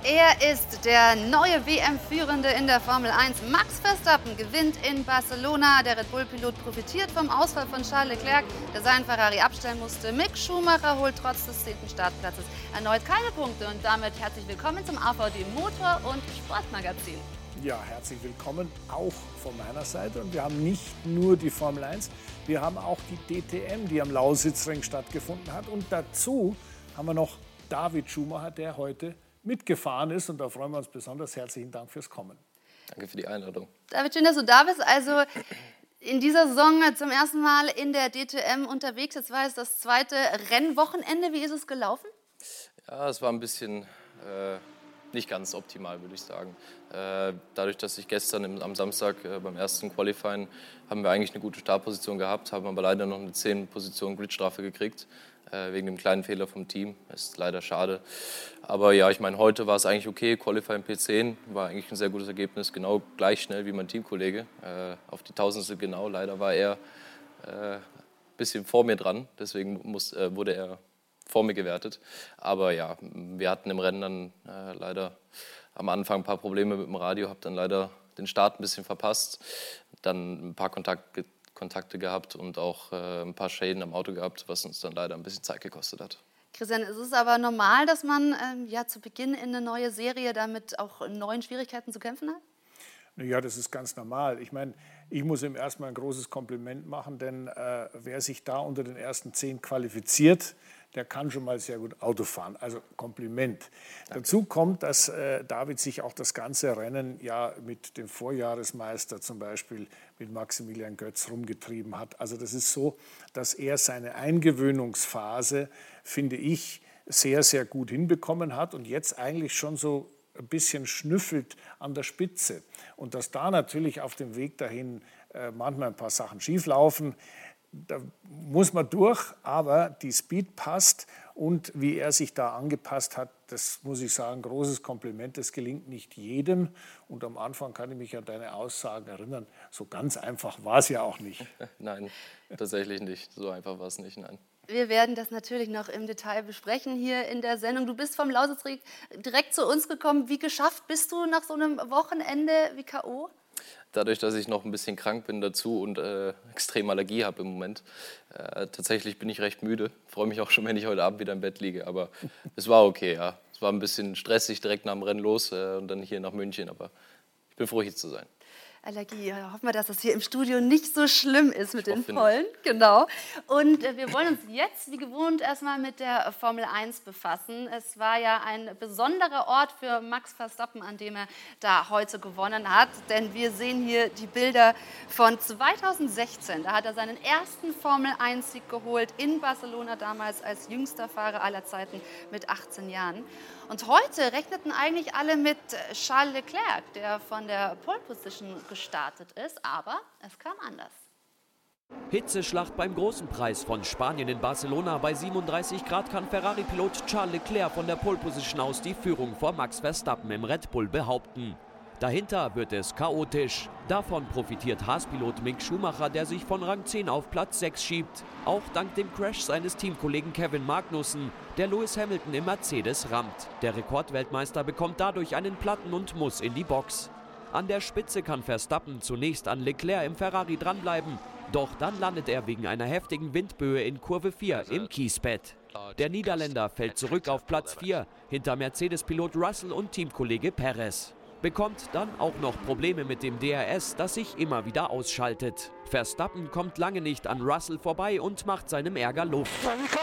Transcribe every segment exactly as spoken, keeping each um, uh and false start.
Er ist der neue W M-Führende in der Formel eins. Max Verstappen gewinnt in Barcelona. Der Red Bull-Pilot profitiert vom Ausfall von Charles Leclerc, der seinen Ferrari abstellen musste. Mick Schumacher holt trotz des zehnten Startplatzes erneut keine Punkte. Und damit herzlich willkommen zum A V D Motor- und Sportmagazin. Ja, herzlich willkommen auch von meiner Seite. Und wir haben nicht nur die Formel eins, wir haben auch die D T M, die am Lausitzring stattgefunden hat. Und dazu haben wir noch David Schumacher, der heute mitgefahren ist. Und da freuen wir uns besonders. Herzlichen Dank fürs Kommen. Danke für die Einladung. David, schön, dass du da bist. Also in dieser Saison zum ersten Mal in der D T M unterwegs. Jetzt war es das zweite Rennwochenende. Wie ist es gelaufen? Ja, es war ein bisschen äh, nicht ganz optimal, würde ich sagen. Äh, dadurch, dass ich gestern im, am Samstag äh, beim ersten Qualifying haben wir eigentlich eine gute Startposition gehabt, haben aber leider noch eine zehn Position Gridstrafe gekriegt. Wegen dem kleinen Fehler vom Team. Das ist leider schade. Aber ja, ich meine, heute war es eigentlich okay. Qualifying P zehn war eigentlich ein sehr gutes Ergebnis. Genau gleich schnell wie mein Teamkollege. Äh, auf die Tausendstel genau. Leider war er ein äh, bisschen vor mir dran. Deswegen muss, äh, wurde er vor mir gewertet. Aber ja, wir hatten im Rennen dann äh, leider am Anfang ein paar Probleme mit dem Radio. Habe dann leider den Start ein bisschen verpasst. Dann ein paar Kontakte Kontakte gehabt und auch äh, ein paar Schäden am Auto gehabt, was uns dann leider ein bisschen Zeit gekostet hat. Christian, ist es aber normal, dass man ähm, ja, zu Beginn in eine neue Serie damit auch neuen Schwierigkeiten zu kämpfen hat? Ja, das ist ganz normal. Ich meine, ich muss ihm erstmal ein großes Kompliment machen, denn äh, wer sich da unter den ersten zehn qualifiziert, der kann schon mal sehr gut Auto fahren. Also Kompliment. Danke. Dazu kommt, dass äh, David sich auch das ganze Rennen ja mit dem Vorjahresmeister zum Beispiel mit Maximilian Götz rumgetrieben hat. Also das ist so, dass er seine Eingewöhnungsphase, finde ich, sehr, sehr gut hinbekommen hat und jetzt eigentlich schon so ein bisschen schnüffelt an der Spitze. Und dass da natürlich auf dem Weg dahin äh, manchmal ein paar Sachen schieflaufen, da muss man durch, aber die Speed passt und wie er sich da angepasst hat, das muss ich sagen, großes Kompliment, das gelingt nicht jedem und am Anfang kann ich mich an deine Aussagen erinnern, so ganz einfach war es ja auch nicht. Nein, tatsächlich nicht, so einfach war es nicht, nein. Wir werden das natürlich noch im Detail besprechen hier in der Sendung. Du bist vom Lausitzring direkt zu uns gekommen. Wie geschafft bist du nach so einem Wochenende wie K O? Dadurch, dass ich noch ein bisschen krank bin dazu und äh, extrem Allergie habe im Moment, äh, tatsächlich bin ich recht müde. Freue mich auch schon, wenn ich heute Abend wieder im Bett liege. Aber es war okay, ja. Es war ein bisschen stressig direkt nach dem Rennen los äh, und dann hier nach München. Aber ich bin froh, hier zu sein. Allergie. Ja, hoffen wir, dass das hier im Studio nicht so schlimm ist mit den Pollen. Genau. Und äh, wir wollen uns jetzt, wie gewohnt, erstmal mit der Formel eins befassen. Es war ja ein besonderer Ort für Max Verstappen, an dem er da heute gewonnen hat. Denn wir sehen hier die Bilder von zweitausendsechzehn. Da hat er seinen ersten Formel eins Sieg geholt in Barcelona, damals als jüngster Fahrer aller Zeiten mit achtzehn Jahren. Und heute rechneten eigentlich alle mit Charles Leclerc, der von der Pole Position gestartet ist, aber es kam anders. Hitzeschlacht beim großen Preis von Spanien in Barcelona. Bei siebenunddreißig Grad kann Ferrari-Pilot Charles Leclerc von der Pole Position aus die Führung vor Max Verstappen im Red Bull behaupten. Dahinter wird es chaotisch. Davon profitiert Haas-Pilot Mick Schumacher, der sich von Rang zehn auf Platz sechs schiebt. Auch dank dem Crash seines Teamkollegen Kevin Magnussen, der Lewis Hamilton im Mercedes rammt. Der Rekordweltmeister bekommt dadurch einen Platten und muss in die Box. An der Spitze kann Verstappen zunächst an Leclerc im Ferrari dranbleiben. Doch dann landet er wegen einer heftigen Windböe in Kurve vier im Kiesbett. Der Niederländer fällt zurück auf Platz vier, hinter Mercedes-Pilot Russell und Teamkollege Perez. Bekommt dann auch noch Probleme mit dem D R S, das sich immer wieder ausschaltet. Verstappen kommt lange nicht an Russell vorbei und macht seinem Ärger Luft.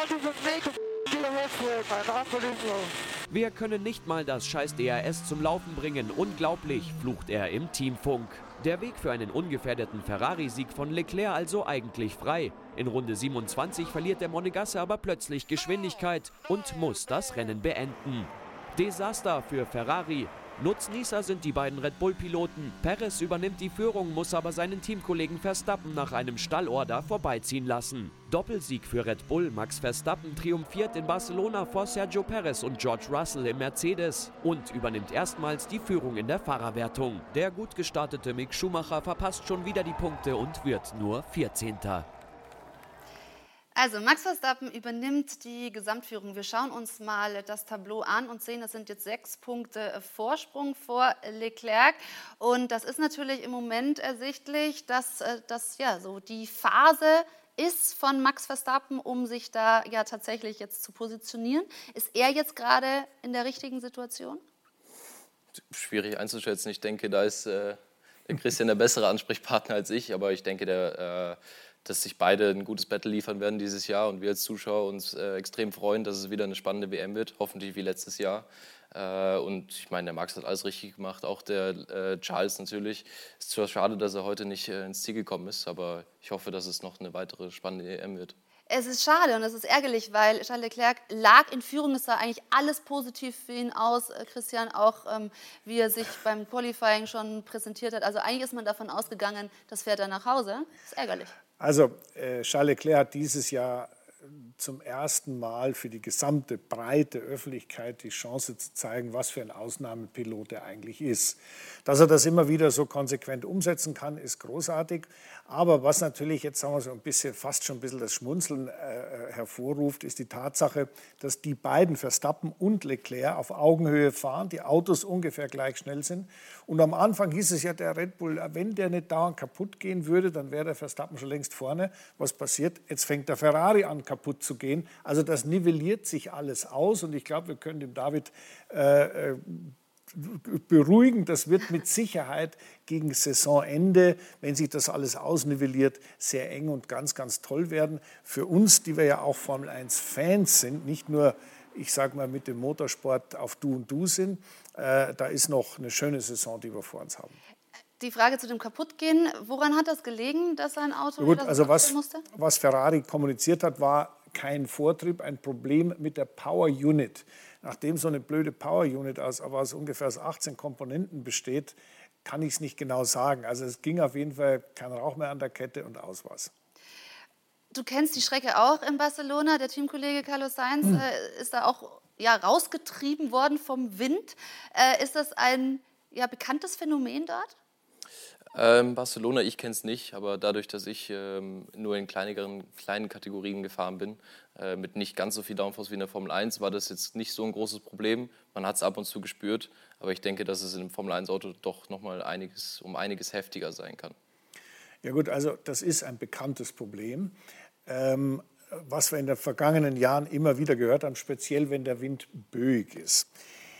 Wir können nicht mal das scheiß D R S zum Laufen bringen. Unglaublich, flucht er im Teamfunk. Der Weg für einen ungefährdeten Ferrari-Sieg von Leclerc also eigentlich frei. In Runde siebenundzwanzig verliert der Monegasse aber plötzlich Geschwindigkeit und muss das Rennen beenden. Desaster für Ferrari. Nutznießer sind die beiden Red Bull-Piloten. Perez übernimmt die Führung, muss aber seinen Teamkollegen Verstappen nach einem Stallorder vorbeiziehen lassen. Doppelsieg für Red Bull. Max Verstappen triumphiert in Barcelona vor Sergio Perez und George Russell im Mercedes und übernimmt erstmals die Führung in der Fahrerwertung. Der gut gestartete Mick Schumacher verpasst schon wieder die Punkte und wird nur vierzehnter Also Max Verstappen übernimmt die Gesamtführung. Wir schauen uns mal das Tableau an und sehen, das sind jetzt sechs Punkte Vorsprung vor Leclerc. Und das ist natürlich im Moment ersichtlich, dass das ja so die Phase ist von Max Verstappen, um sich da ja tatsächlich jetzt zu positionieren. Ist er jetzt gerade in der richtigen Situation? Schwierig einzuschätzen. Ich denke, da ist äh, der Christian der bessere Ansprechpartner als ich. Aber ich denke, der... Äh, dass sich beide ein gutes Battle liefern werden dieses Jahr und wir als Zuschauer uns äh, extrem freuen, dass es wieder eine spannende W M wird, hoffentlich wie letztes Jahr. Äh, und ich meine, der Max hat alles richtig gemacht, auch der äh, Charles natürlich. Es ist zwar schade, dass er heute nicht äh, ins Ziel gekommen ist, aber ich hoffe, dass es noch eine weitere spannende W M wird. Es ist schade und es ist ärgerlich, weil Charles Leclerc lag in Führung. Es sah eigentlich alles positiv für ihn aus. Christian, auch ähm, wie er sich beim Qualifying schon präsentiert hat. Also eigentlich ist man davon ausgegangen, das fährt er nach Hause. Das ist ärgerlich. Also äh, Charles Leclerc hat dieses Jahr zum ersten Mal für die gesamte breite Öffentlichkeit die Chance zu zeigen, was für ein Ausnahmepilot er eigentlich ist. Dass er das immer wieder so konsequent umsetzen kann, ist großartig. Aber was natürlich jetzt, sagen wir so ein bisschen, fast schon ein bisschen das Schmunzeln äh, hervorruft, ist die Tatsache, dass die beiden, Verstappen und Leclerc, auf Augenhöhe fahren, die Autos ungefähr gleich schnell sind. Und am Anfang hieß es ja, der Red Bull, wenn der nicht dauernd kaputt gehen würde, dann wäre der Verstappen schon längst vorne. Was passiert? Jetzt fängt der Ferrari an, kaputt zu gehen. Also das nivelliert sich alles aus und ich glaube, wir können dem David äh, beruhigen. Das wird mit Sicherheit gegen Saisonende, wenn sich das alles ausnivelliert, sehr eng und ganz, ganz toll werden. Für uns, die wir ja auch Formel eins Fans sind, nicht nur, ich sage mal, mit dem Motorsport auf Du und Du sind, äh, da ist noch eine schöne Saison, die wir vor uns haben. Die Frage zu dem Kaputtgehen, woran hat das gelegen, dass sein Auto Gut, das also was, musste? was Ferrari kommuniziert hat, war kein Vortrieb, ein Problem mit der Power Unit. Nachdem so eine blöde Power Unit aus, aber aus ungefähr aus achtzehn Komponenten besteht, kann ich es nicht genau sagen. Also es ging auf jeden Fall kein Rauch mehr an der Kette und aus war's. Du kennst die Strecke auch in Barcelona. Der Teamkollege Carlos Sainz hm. äh, ist da auch ja, rausgetrieben worden vom Wind. Äh, ist das ein ja, bekanntes Phänomen dort? Ähm, Barcelona, ich kenne es nicht, aber dadurch, dass ich ähm, nur in kleineren, kleinen Kategorien gefahren bin, äh, mit nicht ganz so viel Downforce wie in der Formel eins, war das jetzt nicht so ein großes Problem. Man hat es ab und zu gespürt, aber ich denke, dass es in einem Formel eins Auto doch nochmal einiges, um einiges heftiger sein kann. Ja gut, also das ist ein bekanntes Problem, ähm, was wir in den vergangenen Jahren immer wieder gehört haben, speziell wenn der Wind böig ist.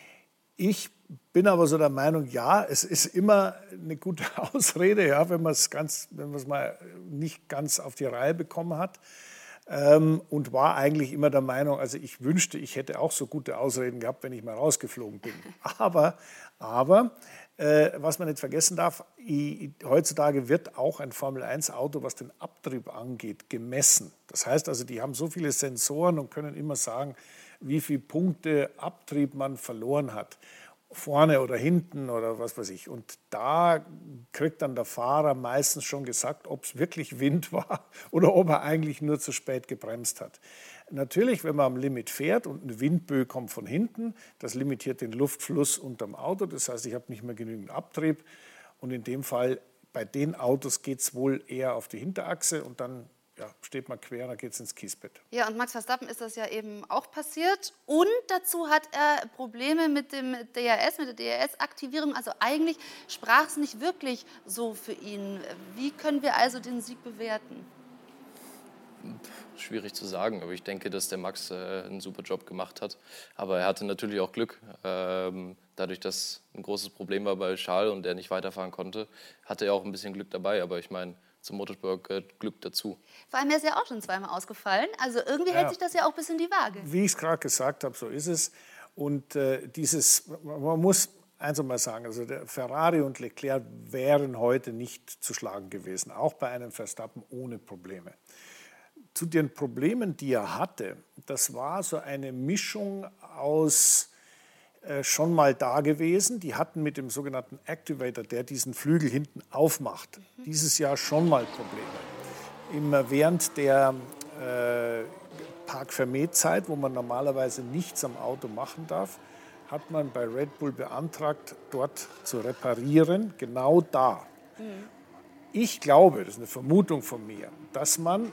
Ich bin aber so der Meinung, ja, es ist immer eine gute Ausrede, ja, wenn man es ganz, wenn man es mal nicht ganz auf die Reihe bekommen hat. Ähm, und war eigentlich immer der Meinung, also ich wünschte, ich hätte auch so gute Ausreden gehabt, wenn ich mal rausgeflogen bin. Aber, aber äh, was man nicht vergessen darf, i, heutzutage wird auch ein Formel eins Auto, was den Abtrieb angeht, gemessen. Das heißt also, die haben so viele Sensoren und können immer sagen, wie viele Punkte Abtrieb man verloren hat. Vorne oder hinten oder was weiß ich. Und da kriegt dann der Fahrer meistens schon gesagt, ob es wirklich Wind war oder ob er eigentlich nur zu spät gebremst hat. Natürlich, wenn man am Limit fährt und eine Windböe kommt von hinten, das limitiert den Luftfluss unterm Auto. Das heißt, ich habe nicht mehr genügend Abtrieb. Und in dem Fall, bei den Autos geht es wohl eher auf die Hinterachse und dann ja, steht man quer, dann geht es ins Kiesbett. Ja, und Max Verstappen ist das ja eben auch passiert. Und dazu hat er Probleme mit dem D R S, mit der D R S-Aktivierung. Also eigentlich sprach es nicht wirklich so für ihn. Wie können wir also den Sieg bewerten? Schwierig zu sagen, aber ich denke, dass der Max äh, einen super Job gemacht hat. Aber er hatte natürlich auch Glück. Ähm, dadurch, dass ein großes Problem war bei Charles und er nicht weiterfahren konnte, hatte er auch ein bisschen Glück dabei. Aber ich meine, zum Motorsport gehört Glück dazu. Vor allem, er ist ja auch schon zweimal ausgefallen. Also irgendwie ja. hält sich das ja auch ein bisschen die Waage. Wie ich es gerade gesagt habe, so ist es. Und äh, dieses, man muss eins mal sagen, also der Ferrari und Leclerc wären heute nicht zu schlagen gewesen, auch bei einem Verstappen ohne Probleme. Zu den Problemen, die er hatte, das war so eine Mischung aus äh, schon mal da gewesen. Die hatten mit dem sogenannten Activator, der diesen Flügel hinten aufmacht, mhm. dieses Jahr schon mal Probleme. Im, während der äh, Parc-Fermé-Zeit, wo man normalerweise nichts am Auto machen darf, hat man bei Red Bull beantragt, dort zu reparieren, genau da. Mhm. Ich glaube, das ist eine Vermutung von mir, dass man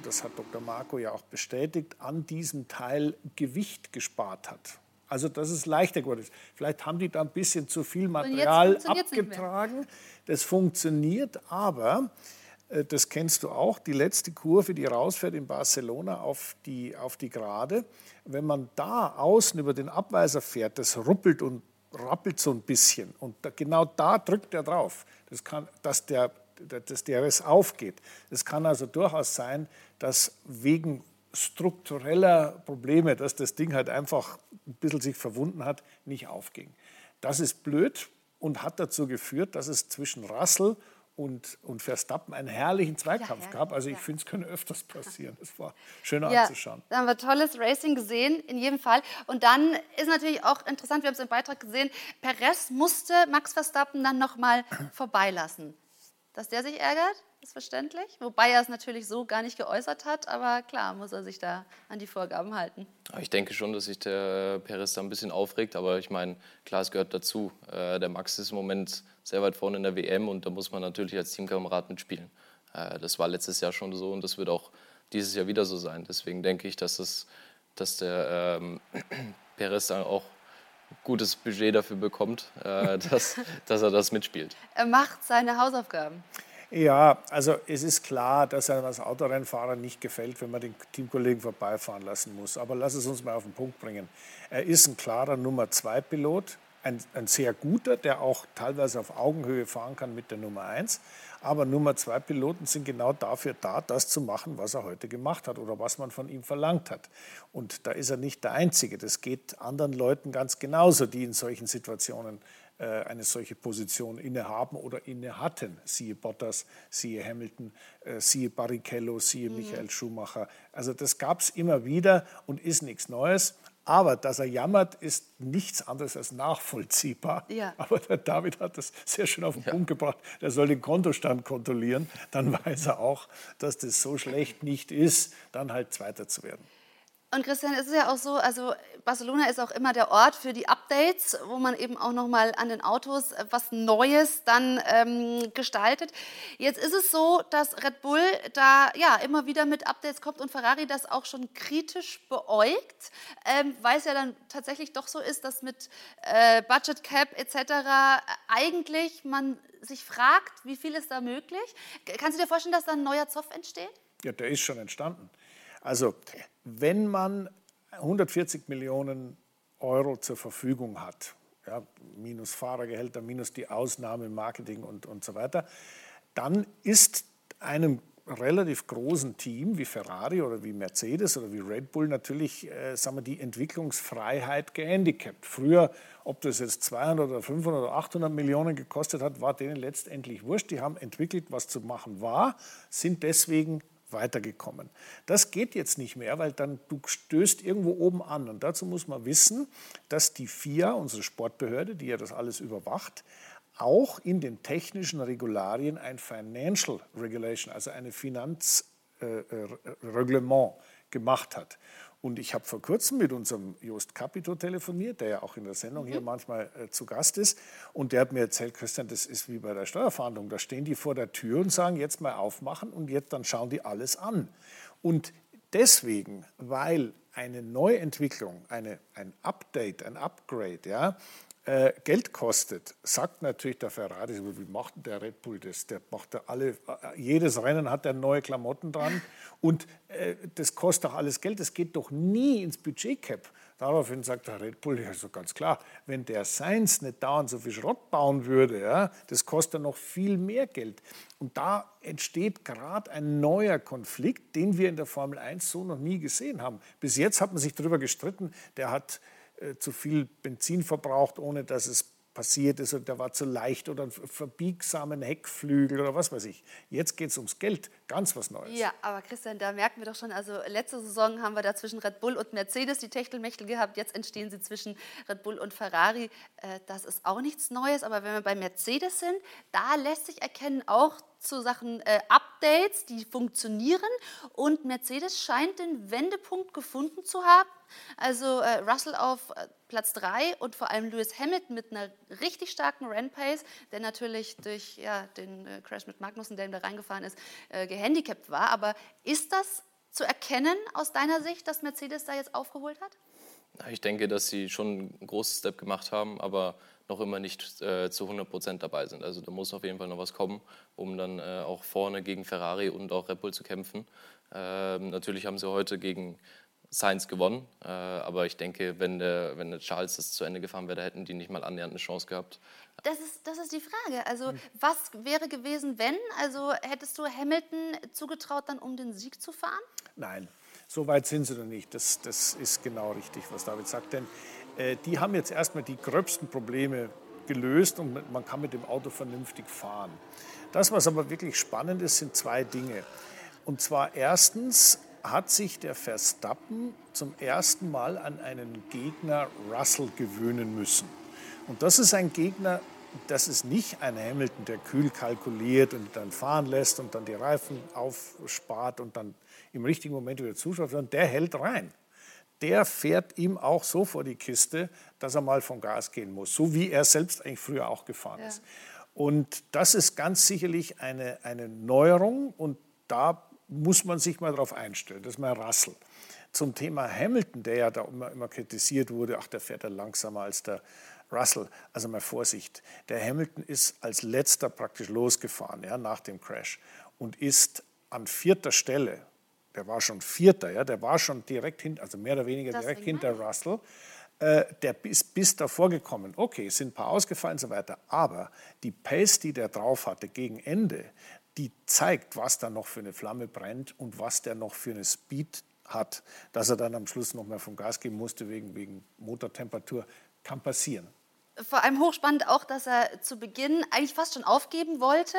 das hat Doktor Marco ja auch bestätigt, an diesem Teil Gewicht gespart hat. Also dass es leichter geworden ist. Vielleicht haben die da ein bisschen zu viel Material abgetragen. Das funktioniert, aber äh, das kennst du auch, die letzte Kurve, die rausfährt in Barcelona auf die, auf die Gerade. Wenn man da außen über den Abweiser fährt, das ruppelt und rappelt so ein bisschen. Und da, genau da drückt er drauf, das kann, dass der, dass der D R S aufgeht. Es kann also durchaus sein, dass wegen struktureller Probleme, dass das Ding halt einfach ein bisschen sich verwunden hat, nicht aufging. Das ist blöd und hat dazu geführt, dass es zwischen Russell und, und Verstappen einen herrlichen Zweikampf ja, gab. Also ich ja. finde, es könnte öfters passieren. Es war schön ja, anzuschauen. Da haben wir tolles Racing gesehen, in jedem Fall. Und dann ist natürlich auch interessant, wir haben es im Beitrag gesehen, Perez musste Max Verstappen dann noch mal vorbeilassen. Dass der sich ärgert, ist verständlich. Wobei er es natürlich so gar nicht geäußert hat. Aber klar, muss er sich da an die Vorgaben halten. Ich denke schon, dass sich der Perez da ein bisschen aufregt. Aber ich meine, klar, es gehört dazu. Der Max ist im Moment sehr weit vorne in der W M. Und da muss man natürlich als Teamkamerad mitspielen. Das war letztes Jahr schon so und das wird auch dieses Jahr wieder so sein. Deswegen denke ich, dass, es, dass der ähm, Perez dann auch gutes Budget dafür bekommt, äh, dass, dass er das mitspielt. Er macht seine Hausaufgaben. Ja, also es ist klar, dass er als Autorennfahrer nicht gefällt, wenn man den Teamkollegen vorbeifahren lassen muss. Aber lass es uns mal auf den Punkt bringen. Er ist ein klarer Nummer zwei Pilot, ein, ein sehr guter, der auch teilweise auf Augenhöhe fahren kann mit der Nummer eins. Aber Nummer zwei Piloten sind genau dafür da, das zu machen, was er heute gemacht hat oder was man von ihm verlangt hat. Und da ist er nicht der Einzige. Das geht anderen Leuten ganz genauso, die in solchen Situationen äh, eine solche Position innehaben oder inne hatten. Siehe Bottas, siehe Hamilton, äh, siehe Barrichello, siehe mhm. Michael Schumacher. Also das gab es immer wieder und ist nichts Neues. Aber dass er jammert, ist nichts anderes als nachvollziehbar. Ja. Aber der David hat das sehr schön auf den ja. Punkt gebracht. Der soll den Kontostand kontrollieren. Dann weiß er auch, dass das so schlecht nicht ist, dann halt Zweiter zu werden. Und Christian, es ist ja auch so, also Barcelona ist auch immer der Ort für die Updates, wo man eben auch noch mal an den Autos was Neues dann ähm, gestaltet. Jetzt ist es so, dass Red Bull da ja immer wieder mit Updates kommt und Ferrari das auch schon kritisch beäugt, ähm, weil es ja dann tatsächlich doch so ist, dass mit äh, Budget Cap et cetera eigentlich man sich fragt, wie viel ist da möglich? Kannst du dir vorstellen, dass da ein neuer Zoff entsteht? Ja, der ist schon entstanden. Also, wenn man hundertvierzig Millionen Euro zur Verfügung hat, ja, minus Fahrergehälter, minus die Ausnahme, Marketing und, und so weiter, dann ist einem relativ großen Team wie Ferrari oder wie Mercedes oder wie Red Bull natürlich äh, sagen wir, die Entwicklungsfreiheit gehandicapt. Früher, ob das jetzt zweihundert oder fünfhundert oder achthundert Millionen gekostet hat, war denen letztendlich wurscht. Die haben entwickelt, was zu machen war, sind deswegen weitergekommen. Das geht jetzt nicht mehr, weil dann du stößt irgendwo oben an. Und dazu muss man wissen, dass die F I A, unsere Sportbehörde, die ja das alles überwacht, auch in den technischen Regularien ein Financial Regulation, also ein Finanzreglement äh, gemacht hat. Und ich habe vor kurzem mit unserem Jost Capito telefoniert, der ja auch in der Sendung hier manchmal äh, zu Gast ist. Und der hat mir erzählt, Christian, das ist wie bei der Steuerfahndung. Da stehen die vor der Tür und sagen, jetzt mal aufmachen und jetzt dann schauen die alles an. Und deswegen, weil eine Neuentwicklung, eine, ein Update, ein Upgrade, ja, äh, Geld kostet, sagt natürlich der Ferrari, wie macht denn der Red Bull das? Der macht da alle, jedes Rennen hat der neue Klamotten dran und äh, das kostet doch alles Geld, das geht doch nie ins Budgetcap. Daraufhin sagt der Red Bull, ja, so ganz klar, wenn der Sainz nicht dauernd so viel Schrott bauen würde, ja, das kostet noch viel mehr Geld. Und da entsteht gerade ein neuer Konflikt, den wir in der Formel eins so noch nie gesehen haben. Bis jetzt hat man sich darüber gestritten, der hat zu viel Benzin verbraucht, ohne dass es passiert ist, und der war zu leicht oder einen verbiegsamen Heckflügel oder was weiß ich. Jetzt geht es ums Geld, ganz was Neues. Ja, aber Christian, da merken wir doch schon, also letzte Saison haben wir da zwischen Red Bull und Mercedes die Techtelmechtel gehabt, jetzt entstehen sie zwischen Red Bull und Ferrari. Das ist auch nichts Neues, aber wenn wir bei Mercedes sind, da lässt sich erkennen, auch zu Sachen äh, Updates, die funktionieren, und Mercedes scheint den Wendepunkt gefunden zu haben. Also äh, Russell auf äh, Platz drei und vor allem Lewis Hamilton mit einer richtig starken Rennpace, der natürlich durch ja, den äh, Crash mit Magnussen, der ihm da reingefahren ist, äh, gehandicapt war. Aber ist das zu erkennen aus deiner Sicht, dass Mercedes da jetzt aufgeholt hat? Ich denke, dass sie schon einen großen Step gemacht haben, aber noch immer nicht äh, zu hundert Prozent dabei sind. Also da muss auf jeden Fall noch was kommen, um dann äh, auch vorne gegen Ferrari und auch Red Bull zu kämpfen. Ähm, natürlich haben sie heute gegen Sainz gewonnen, äh, aber ich denke, wenn der, wenn der Charles das zu Ende gefahren wäre, hätten die nicht mal annähernd eine Chance gehabt. Das ist, das ist die Frage. Also was wäre gewesen, wenn? Also hättest du Hamilton zugetraut, dann um den Sieg zu fahren? Nein, so weit sind sie noch nicht. Das, das ist genau richtig, was David sagt. Denn äh, die haben jetzt erstmal die gröbsten Probleme gelöst und man kann mit dem Auto vernünftig fahren. Das, was aber wirklich spannend ist, sind zwei Dinge. Und zwar erstens hat sich der Verstappen zum ersten Mal an einen Gegner Russell gewöhnen müssen. Und das ist ein Gegner, das ist nicht ein Hamilton, der kühl kalkuliert und dann fahren lässt und dann die Reifen aufspart und dann im richtigen Moment wieder zuschaut, sondern der hält rein. Der fährt ihm auch so vor die Kiste, dass er mal vom Gas gehen muss, so wie er selbst eigentlich früher auch gefahren ja. ist. Und das ist ganz sicherlich eine, eine Neuerung und da muss man sich mal darauf einstellen. Das ist mal Russell. Zum Thema Hamilton, der ja da immer, immer kritisiert wurde, ach, der fährt ja langsamer als der Russell. Also mal Vorsicht, der Hamilton ist als letzter praktisch losgefahren, ja, nach dem Crash und ist an vierter Stelle, der war schon Vierter, ja, der war schon direkt hinter, also mehr oder weniger das direkt hinter Russell, äh, der ist bis davor gekommen. Okay, es sind ein paar ausgefallen und so weiter, aber die Pace, die der drauf hatte gegen Ende, die zeigt, was da noch für eine Flamme brennt und was der noch für eine Speed hat, dass er dann am Schluss noch mal vom Gas geben musste wegen, wegen Motortemperatur, kann passieren. Vor allem hochspannend auch, dass er zu Beginn eigentlich fast schon aufgeben wollte,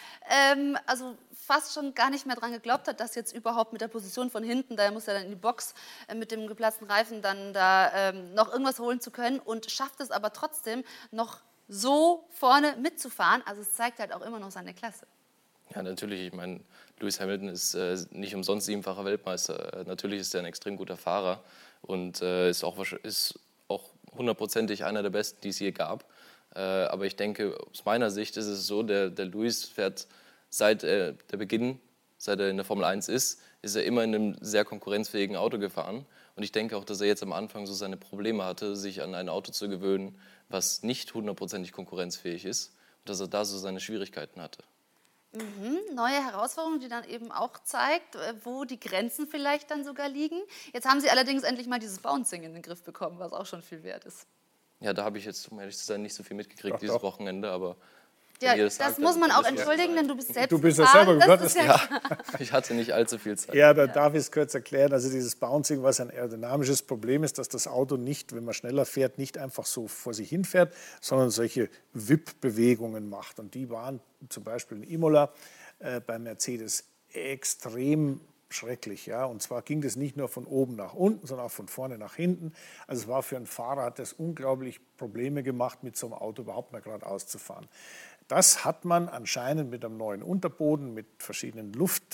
ähm, also fast schon gar nicht mehr daran geglaubt hat, dass jetzt überhaupt mit der Position von hinten, da muss er dann in die Box äh, mit dem geplatzten Reifen dann da ähm, noch irgendwas holen zu können und schafft es aber trotzdem noch so vorne mitzufahren. Also es zeigt halt auch immer noch seine Klasse. Ja, natürlich. Ich meine, Lewis Hamilton ist äh, nicht umsonst siebenfacher Weltmeister. Äh, natürlich ist er ein extrem guter Fahrer und äh, ist auch ist auch hundertprozentig einer der Besten, die es je gab. Äh, aber ich denke, aus meiner Sicht ist es so, der, der Lewis fährt seit äh, der Beginn, seit er in der Formel eins ist, ist er immer in einem sehr konkurrenzfähigen Auto gefahren. Und ich denke auch, dass er jetzt am Anfang so seine Probleme hatte, sich an ein Auto zu gewöhnen, was nicht hundertprozentig konkurrenzfähig ist. Und dass er da so seine Schwierigkeiten hatte. Mhm, neue Herausforderung, die dann eben auch zeigt, wo die Grenzen vielleicht dann sogar liegen. Jetzt haben Sie allerdings endlich mal dieses Bouncing in den Griff bekommen, was auch schon viel wert ist. Ja, da habe ich jetzt, um ehrlich zu sein, nicht so viel mitgekriegt doch, dieses doch. Wochenende, aber... Ja, das, das muss man auch entschuldigen, denn du bist selbst Du bist ja selber gehört, das ja ja, ich hatte nicht allzu viel Zeit. Ja, da darf ich es kurz erklären. Also dieses Bouncing, was ein aerodynamisches Problem ist, dass das Auto nicht, wenn man schneller fährt, nicht einfach so vor sich hin fährt, sondern solche Wippbewegungen macht. Und die waren zum Beispiel in Imola äh, bei Mercedes extrem schrecklich. Ja? Und zwar ging das nicht nur von oben nach unten, sondern auch von vorne nach hinten. Also es war für einen Fahrer, hat das unglaublich Probleme gemacht, mit so einem Auto überhaupt mal geradeaus zu fahren. Das hat man anscheinend mit einem neuen Unterboden, mit verschiedenen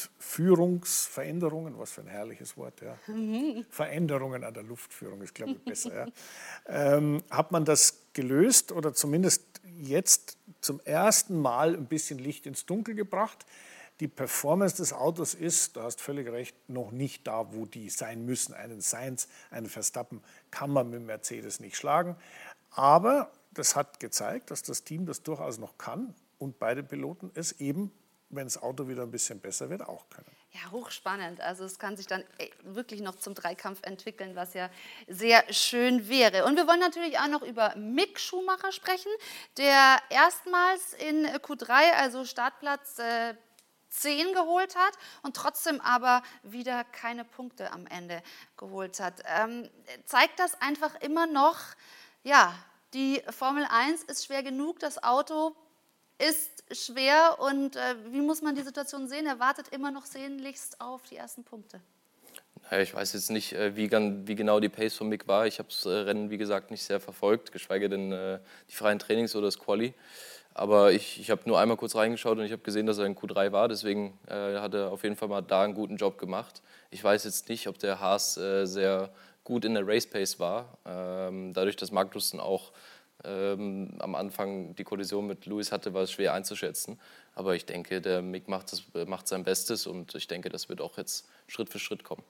Luftführungsveränderungen, was für ein herrliches Wort, ja. Mhm. Veränderungen an der Luftführung ist, glaube ich, besser, ja. ähm, hat man das gelöst oder zumindest jetzt zum ersten Mal ein bisschen Licht ins Dunkel gebracht. Die Performance des Autos ist, du hast völlig recht, noch nicht da, wo die sein müssen. Einen Sainz, einen Verstappen kann man mit Mercedes nicht schlagen, aber das hat gezeigt, dass das Team das durchaus noch kann und beide Piloten es eben, wenn das Auto wieder ein bisschen besser wird, auch können. Ja, hochspannend. Also es kann sich dann wirklich noch zum Dreikampf entwickeln, was ja sehr schön wäre. Und wir wollen natürlich auch noch über Mick Schumacher sprechen, der erstmals in Q drei, also Startplatz äh, zehn geholt hat und trotzdem aber wieder keine Punkte am Ende geholt hat. Ähm, zeigt das einfach immer noch, ja, die Formel eins ist schwer genug, das Auto ist schwer und äh, wie muss man die Situation sehen? Er wartet immer noch sehnlichst auf die ersten Punkte. Naja, ich weiß jetzt nicht, wie, wie genau die Pace von Mick war. Ich habe das Rennen, wie gesagt, nicht sehr verfolgt, geschweige denn äh, die freien Trainings oder das Quali. Aber ich, ich habe nur einmal kurz reingeschaut und ich habe gesehen, dass er in Q drei war. Deswegen äh, hat er auf jeden Fall mal da einen guten Job gemacht. Ich weiß jetzt nicht, ob der Haas äh, sehr gut in der Race Pace war. Ähm, dadurch, dass Magnussen auch ähm, am Anfang die Kollision mit Lewis hatte, war es schwer einzuschätzen. Aber ich denke, der Mick macht, das, macht sein Bestes und ich denke, das wird auch jetzt Schritt für Schritt kommen.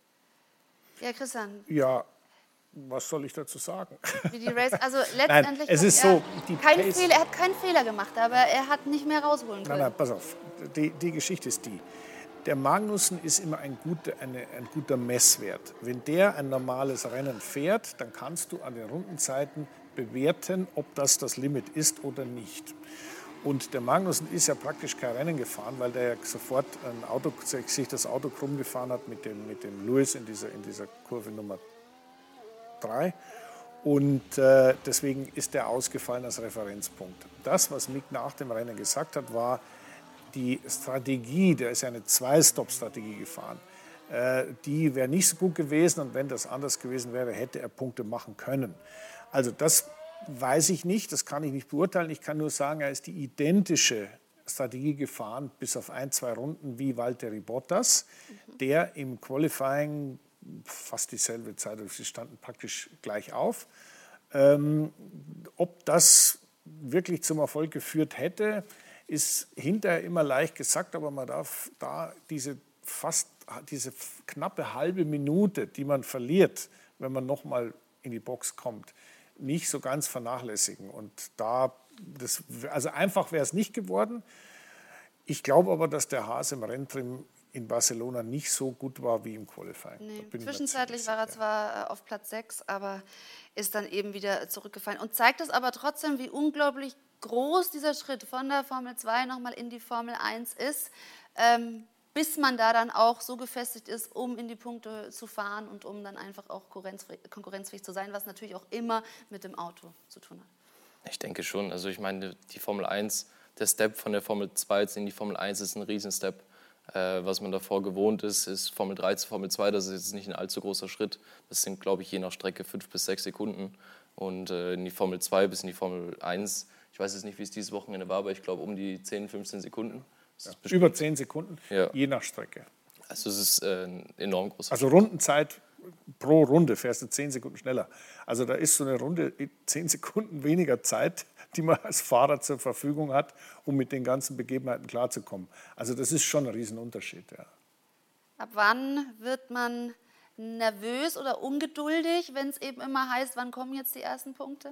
Ja, Christian. Ja, was soll ich dazu sagen? Wie die Race, also letztendlich Nein, es ist er, so, die kein Pace, Fehler, er hat keinen Fehler gemacht, aber er hat nicht mehr rausholen können. Nein, nein, pass auf, die, die Geschichte ist die. Der Magnussen ist immer ein guter, eine, ein guter Messwert. Wenn der ein normales Rennen fährt, dann kannst du an den Rundenzeiten bewerten, ob das das Limit ist oder nicht. Und der Magnussen ist ja praktisch kein Rennen gefahren, weil der ja sofort ein Auto, sich das Auto krumm gefahren hat mit dem, mit dem Lewis in dieser, in dieser Kurve Nummer drei. Und äh, deswegen ist der ausgefallen als Referenzpunkt. Das, was Mick nach dem Rennen gesagt hat, war, die Strategie, der ist ja eine Zwei-Stop-Strategie gefahren, äh, die wäre nicht so gut gewesen und wenn das anders gewesen wäre, hätte er Punkte machen können. Also das weiß ich nicht, das kann ich nicht beurteilen. Ich kann nur sagen, er ist die identische Strategie gefahren, bis auf ein, zwei Runden wie Valtteri Bottas, mhm. der im Qualifying fast dieselbe Zeit, sie standen praktisch gleich auf. Ähm, ob das wirklich zum Erfolg geführt hätte, ist hinterher immer leicht gesagt, aber man darf da diese fast diese knappe halbe Minute, die man verliert, wenn man noch mal in die Box kommt, nicht so ganz vernachlässigen. Und da, das, also einfach wäre es nicht geworden. Ich glaube aber, dass der Haas im Renntrim in Barcelona nicht so gut war wie im Qualifying. Nee. Zwischenzeitlich war er zwar auf Platz sechs, aber ist dann eben wieder zurückgefallen. Und zeigt es aber trotzdem, wie unglaublich groß dieser Schritt von der Formel zwei nochmal in die Formel eins ist, ähm, bis man da dann auch so gefestigt ist, um in die Punkte zu fahren und um dann einfach auch konkurrenzfähig zu sein, was natürlich auch immer mit dem Auto zu tun hat. Ich denke schon. Also ich meine, die Formel eins, der Step von der Formel zwei jetzt in die Formel eins ist ein Riesenstep. Äh, was man davor gewohnt ist, ist Formel drei zu Formel zwei, das ist jetzt nicht ein allzu großer Schritt. Das sind, glaube ich, je nach Strecke fünf bis sechs Sekunden. Und äh, in die Formel zwei bis in die Formel eins, ich weiß jetzt nicht, wie es dieses Wochenende war, aber ich glaube um die zehn, fünfzehn Sekunden. Ja, über zehn Sekunden, ja. Je nach Strecke. Also es ist äh, ein enorm großer Also Rundenzeit pro Runde fährst du zehn Sekunden schneller. Also da ist so eine Runde zehn Sekunden weniger Zeit, die man als Fahrer zur Verfügung hat, um mit den ganzen Begebenheiten klarzukommen. Also das ist schon ein Riesenunterschied. Ja. Ab wann wird man nervös oder ungeduldig, wenn es eben immer heißt, wann kommen jetzt die ersten Punkte?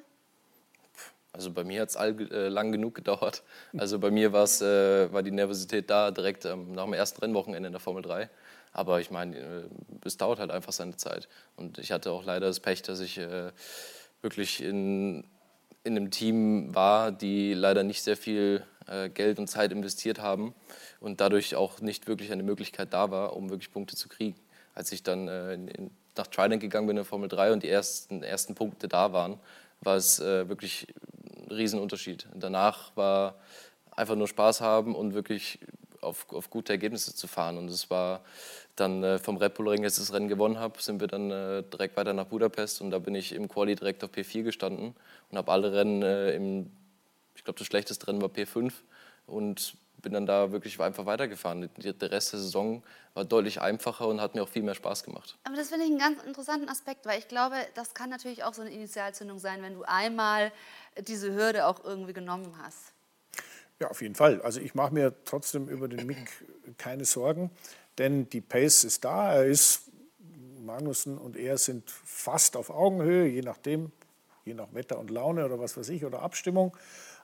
Also bei mir hat es äh, lang genug gedauert. Also bei mir äh, war die Nervosität da direkt ähm, nach dem ersten Rennwochenende in der Formel drei. Aber ich meine, äh, es dauert halt einfach seine Zeit. Und ich hatte auch leider das Pech, dass ich äh, wirklich in, in einem Team war, die leider nicht sehr viel äh, Geld und Zeit investiert haben und dadurch auch nicht wirklich eine Möglichkeit da war, um wirklich Punkte zu kriegen. Als ich dann äh, in, in, nach Trident gegangen bin in der Formel drei und die ersten, ersten Punkte da waren, war es äh, wirklich ein Riesenunterschied. Danach war einfach nur Spaß haben und wirklich auf, auf gute Ergebnisse zu fahren. Und es war dann äh, vom Red Bull Ring, als ich das Rennen gewonnen habe, sind wir dann äh, direkt weiter nach Budapest und da bin ich im Quali direkt auf P vier gestanden und habe alle Rennen äh, im, ich glaube das schlechteste Rennen war P fünf und bin dann da wirklich einfach weitergefahren. Der Rest der Saison war deutlich einfacher und hat mir auch viel mehr Spaß gemacht. Aber das finde ich einen ganz interessanten Aspekt, weil ich glaube, das kann natürlich auch so eine Initialzündung sein, wenn du einmal diese Hürde auch irgendwie genommen hast. Ja, auf jeden Fall. Also ich mache mir trotzdem über den Mick keine Sorgen, denn die Pace ist da. Er ist, Magnussen und er sind fast auf Augenhöhe, je nachdem, je nach Wetter und Laune oder was weiß ich, oder Abstimmung.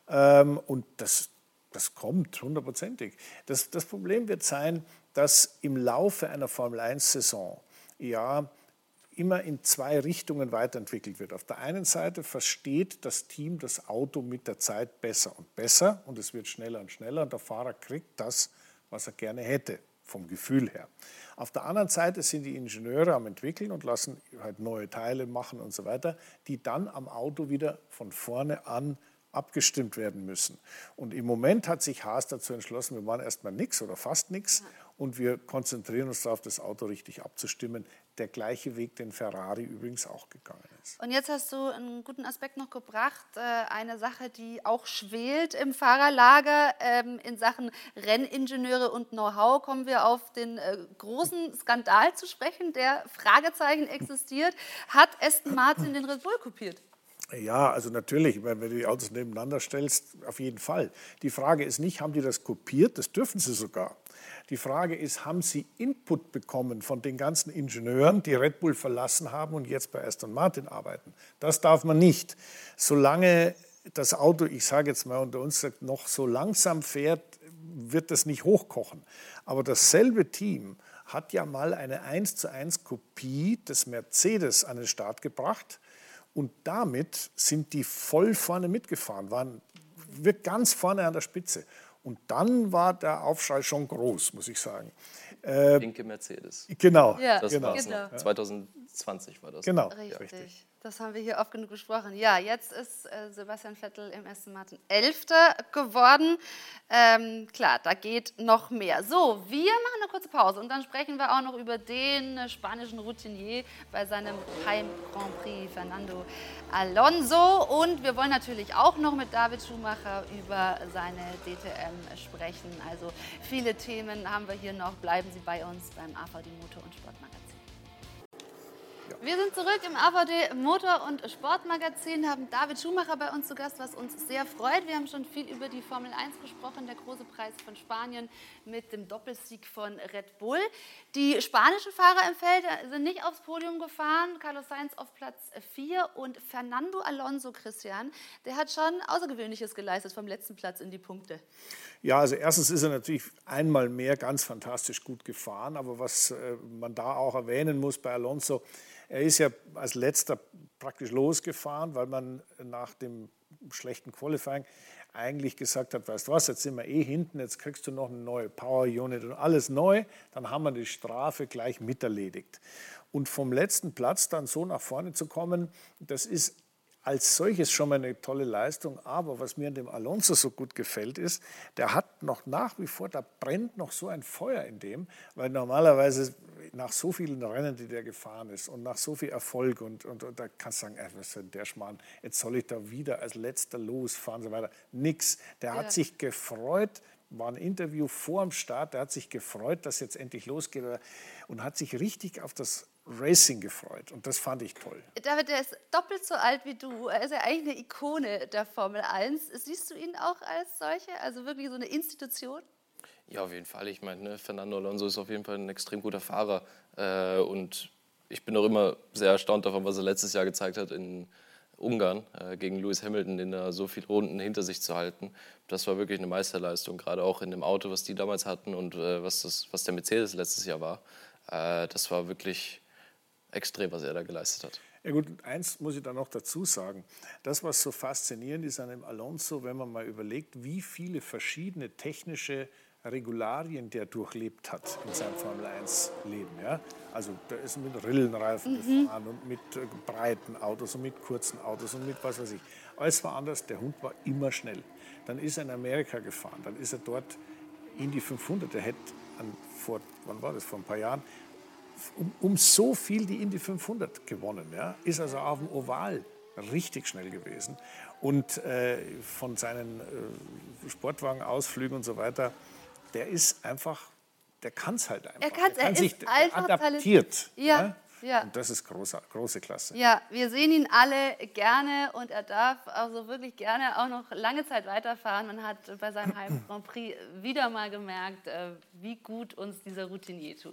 Und das Das kommt hundertprozentig. Das, das Problem wird sein, dass im Laufe einer Formel eins Saison ja immer in zwei Richtungen weiterentwickelt wird. Auf der einen Seite versteht das Team das Auto mit der Zeit besser und besser und es wird schneller und schneller und der Fahrer kriegt das, was er gerne hätte, vom Gefühl her. Auf der anderen Seite sind die Ingenieure am entwickeln und lassen halt neue Teile machen und so weiter, die dann am Auto wieder von vorne an abgestimmt werden müssen. Und im Moment hat sich Haas dazu entschlossen, wir machen erstmal nichts oder fast nichts und wir konzentrieren uns darauf, das Auto richtig abzustimmen. Der gleiche Weg, den Ferrari übrigens auch gegangen ist. Und jetzt hast du einen guten Aspekt noch gebracht, eine Sache, die auch schwelt im Fahrerlager. In Sachen Renningenieure und Know-how kommen wir auf den großen Skandal zu sprechen, der Fragezeichen existiert. Hat Aston Martin den Red Bull kopiert? Ja, also natürlich, wenn du die Autos nebeneinander stellst, auf jeden Fall. Die Frage ist nicht, haben die das kopiert? Das dürfen sie sogar. Die Frage ist, haben sie Input bekommen von den ganzen Ingenieuren, die Red Bull verlassen haben und jetzt bei Aston Martin arbeiten? Das darf man nicht. Solange das Auto, ich sage jetzt mal unter uns, noch so langsam fährt, wird das nicht hochkochen. Aber dasselbe Team hat ja mal eine eins zu eins Kopie des Mercedes an den Start gebracht. Und damit sind die voll vorne mitgefahren, waren ganz vorne an der Spitze. Und dann war der Aufschrei schon groß, muss ich sagen. Äh, Pinke Mercedes. Genau. Ja, das genau. war genau. zwanzig zwanzig war das. Genau. Richtig. Ja, richtig. Das haben wir hier oft genug besprochen. Ja, jetzt ist äh, Sebastian Vettel im Aston Martin Elfter geworden. Ähm, klar, da geht noch mehr. So, wir machen eine kurze Pause und dann sprechen wir auch noch über den äh, spanischen Routinier bei seinem Heim-Grand Prix, Fernando Alonso. Und wir wollen natürlich auch noch mit David Schumacher über seine D T M sprechen. Also viele Themen haben wir hier noch. Bleiben Sie bei uns beim A V D Motor- und Sportmagazin. Wir sind zurück im A V D Motor- und Sportmagazin, haben David Schumacher bei uns zu Gast, was uns sehr freut. Wir haben schon viel über die Formel eins gesprochen, der große Preis von Spanien mit dem Doppelsieg von Red Bull. Die spanischen Fahrer im Feld sind nicht aufs Podium gefahren, Carlos Sainz auf Platz vier und Fernando Alonso, Christian, der hat schon Außergewöhnliches geleistet vom letzten Platz in die Punkte. Ja, also erstens ist er natürlich einmal mehr ganz fantastisch gut gefahren, aber was äh, man da auch erwähnen muss bei Alonso, er ist ja als letzter praktisch losgefahren, weil man nach dem schlechten Qualifying eigentlich gesagt hat, weißt du was, jetzt sind wir eh hinten, jetzt kriegst du noch eine neue Power Unit und alles neu, dann haben wir die Strafe gleich miterledigt. Und vom letzten Platz dann so nach vorne zu kommen, das ist als solches schon mal eine tolle Leistung, aber was mir an dem Alonso so gut gefällt ist, der hat noch nach wie vor, da brennt noch so ein Feuer in dem, weil normalerweise nach so vielen Rennen, die der gefahren ist und nach so viel Erfolg und, und, und da kannst du sagen, ey, was ist denn der Schmarrn, jetzt soll ich da wieder als Letzter losfahren und so weiter. Nix, der hat ja. sich gefreut, war ein Interview vor dem Start, der hat sich gefreut, dass jetzt endlich losgeht und hat sich richtig auf das Racing gefreut und das fand ich toll. David, der ist doppelt so alt wie du. Er ist ja eigentlich eine Ikone der Formel eins. Siehst du ihn auch als solche? Also wirklich so eine Institution? Ja, auf jeden Fall. Ich meine, ne, Fernando Alonso ist auf jeden Fall ein extrem guter Fahrer. Äh, und ich bin auch immer sehr erstaunt davon, was er letztes Jahr gezeigt hat in Ungarn äh, gegen Lewis Hamilton, den da so viele Runden hinter sich zu halten. Das war wirklich eine Meisterleistung, gerade auch in dem Auto, was die damals hatten und äh, was, das, was der Mercedes letztes Jahr war. Äh, das war wirklich extrem, was er da geleistet hat. Ja gut, eins muss ich da noch dazu sagen. Das, was so faszinierend ist an dem Alonso, wenn man mal überlegt, wie viele verschiedene technische Regularien der durchlebt hat in seinem Formel eins Leben. Ja? Also da ist mit Rillenreifen mhm. gefahren und mit äh, breiten Autos und mit kurzen Autos und mit was weiß ich. Alles war anders, der Hund war immer schnell. Dann ist er in Amerika gefahren, dann ist er dort Indy fünfhundert, der hätte an, vor, wann war das, vor ein paar Jahren, um, um so viel die Indy fünfhundert gewonnen. Ja? Ist also auf dem Oval richtig schnell gewesen. Und äh, von seinen äh, Sportwagenausflügen und so weiter, der ist einfach, der kann es halt einfach. Er, kann's, er kann er sich ist einfach adaptiert. Ja, ja? ja. Und das ist große, große Klasse. Ja, wir sehen ihn alle gerne und er darf also wirklich gerne auch noch lange Zeit weiterfahren. Man hat bei seinem Heim Grand Prix wieder mal gemerkt, wie gut uns dieser Routinier tut.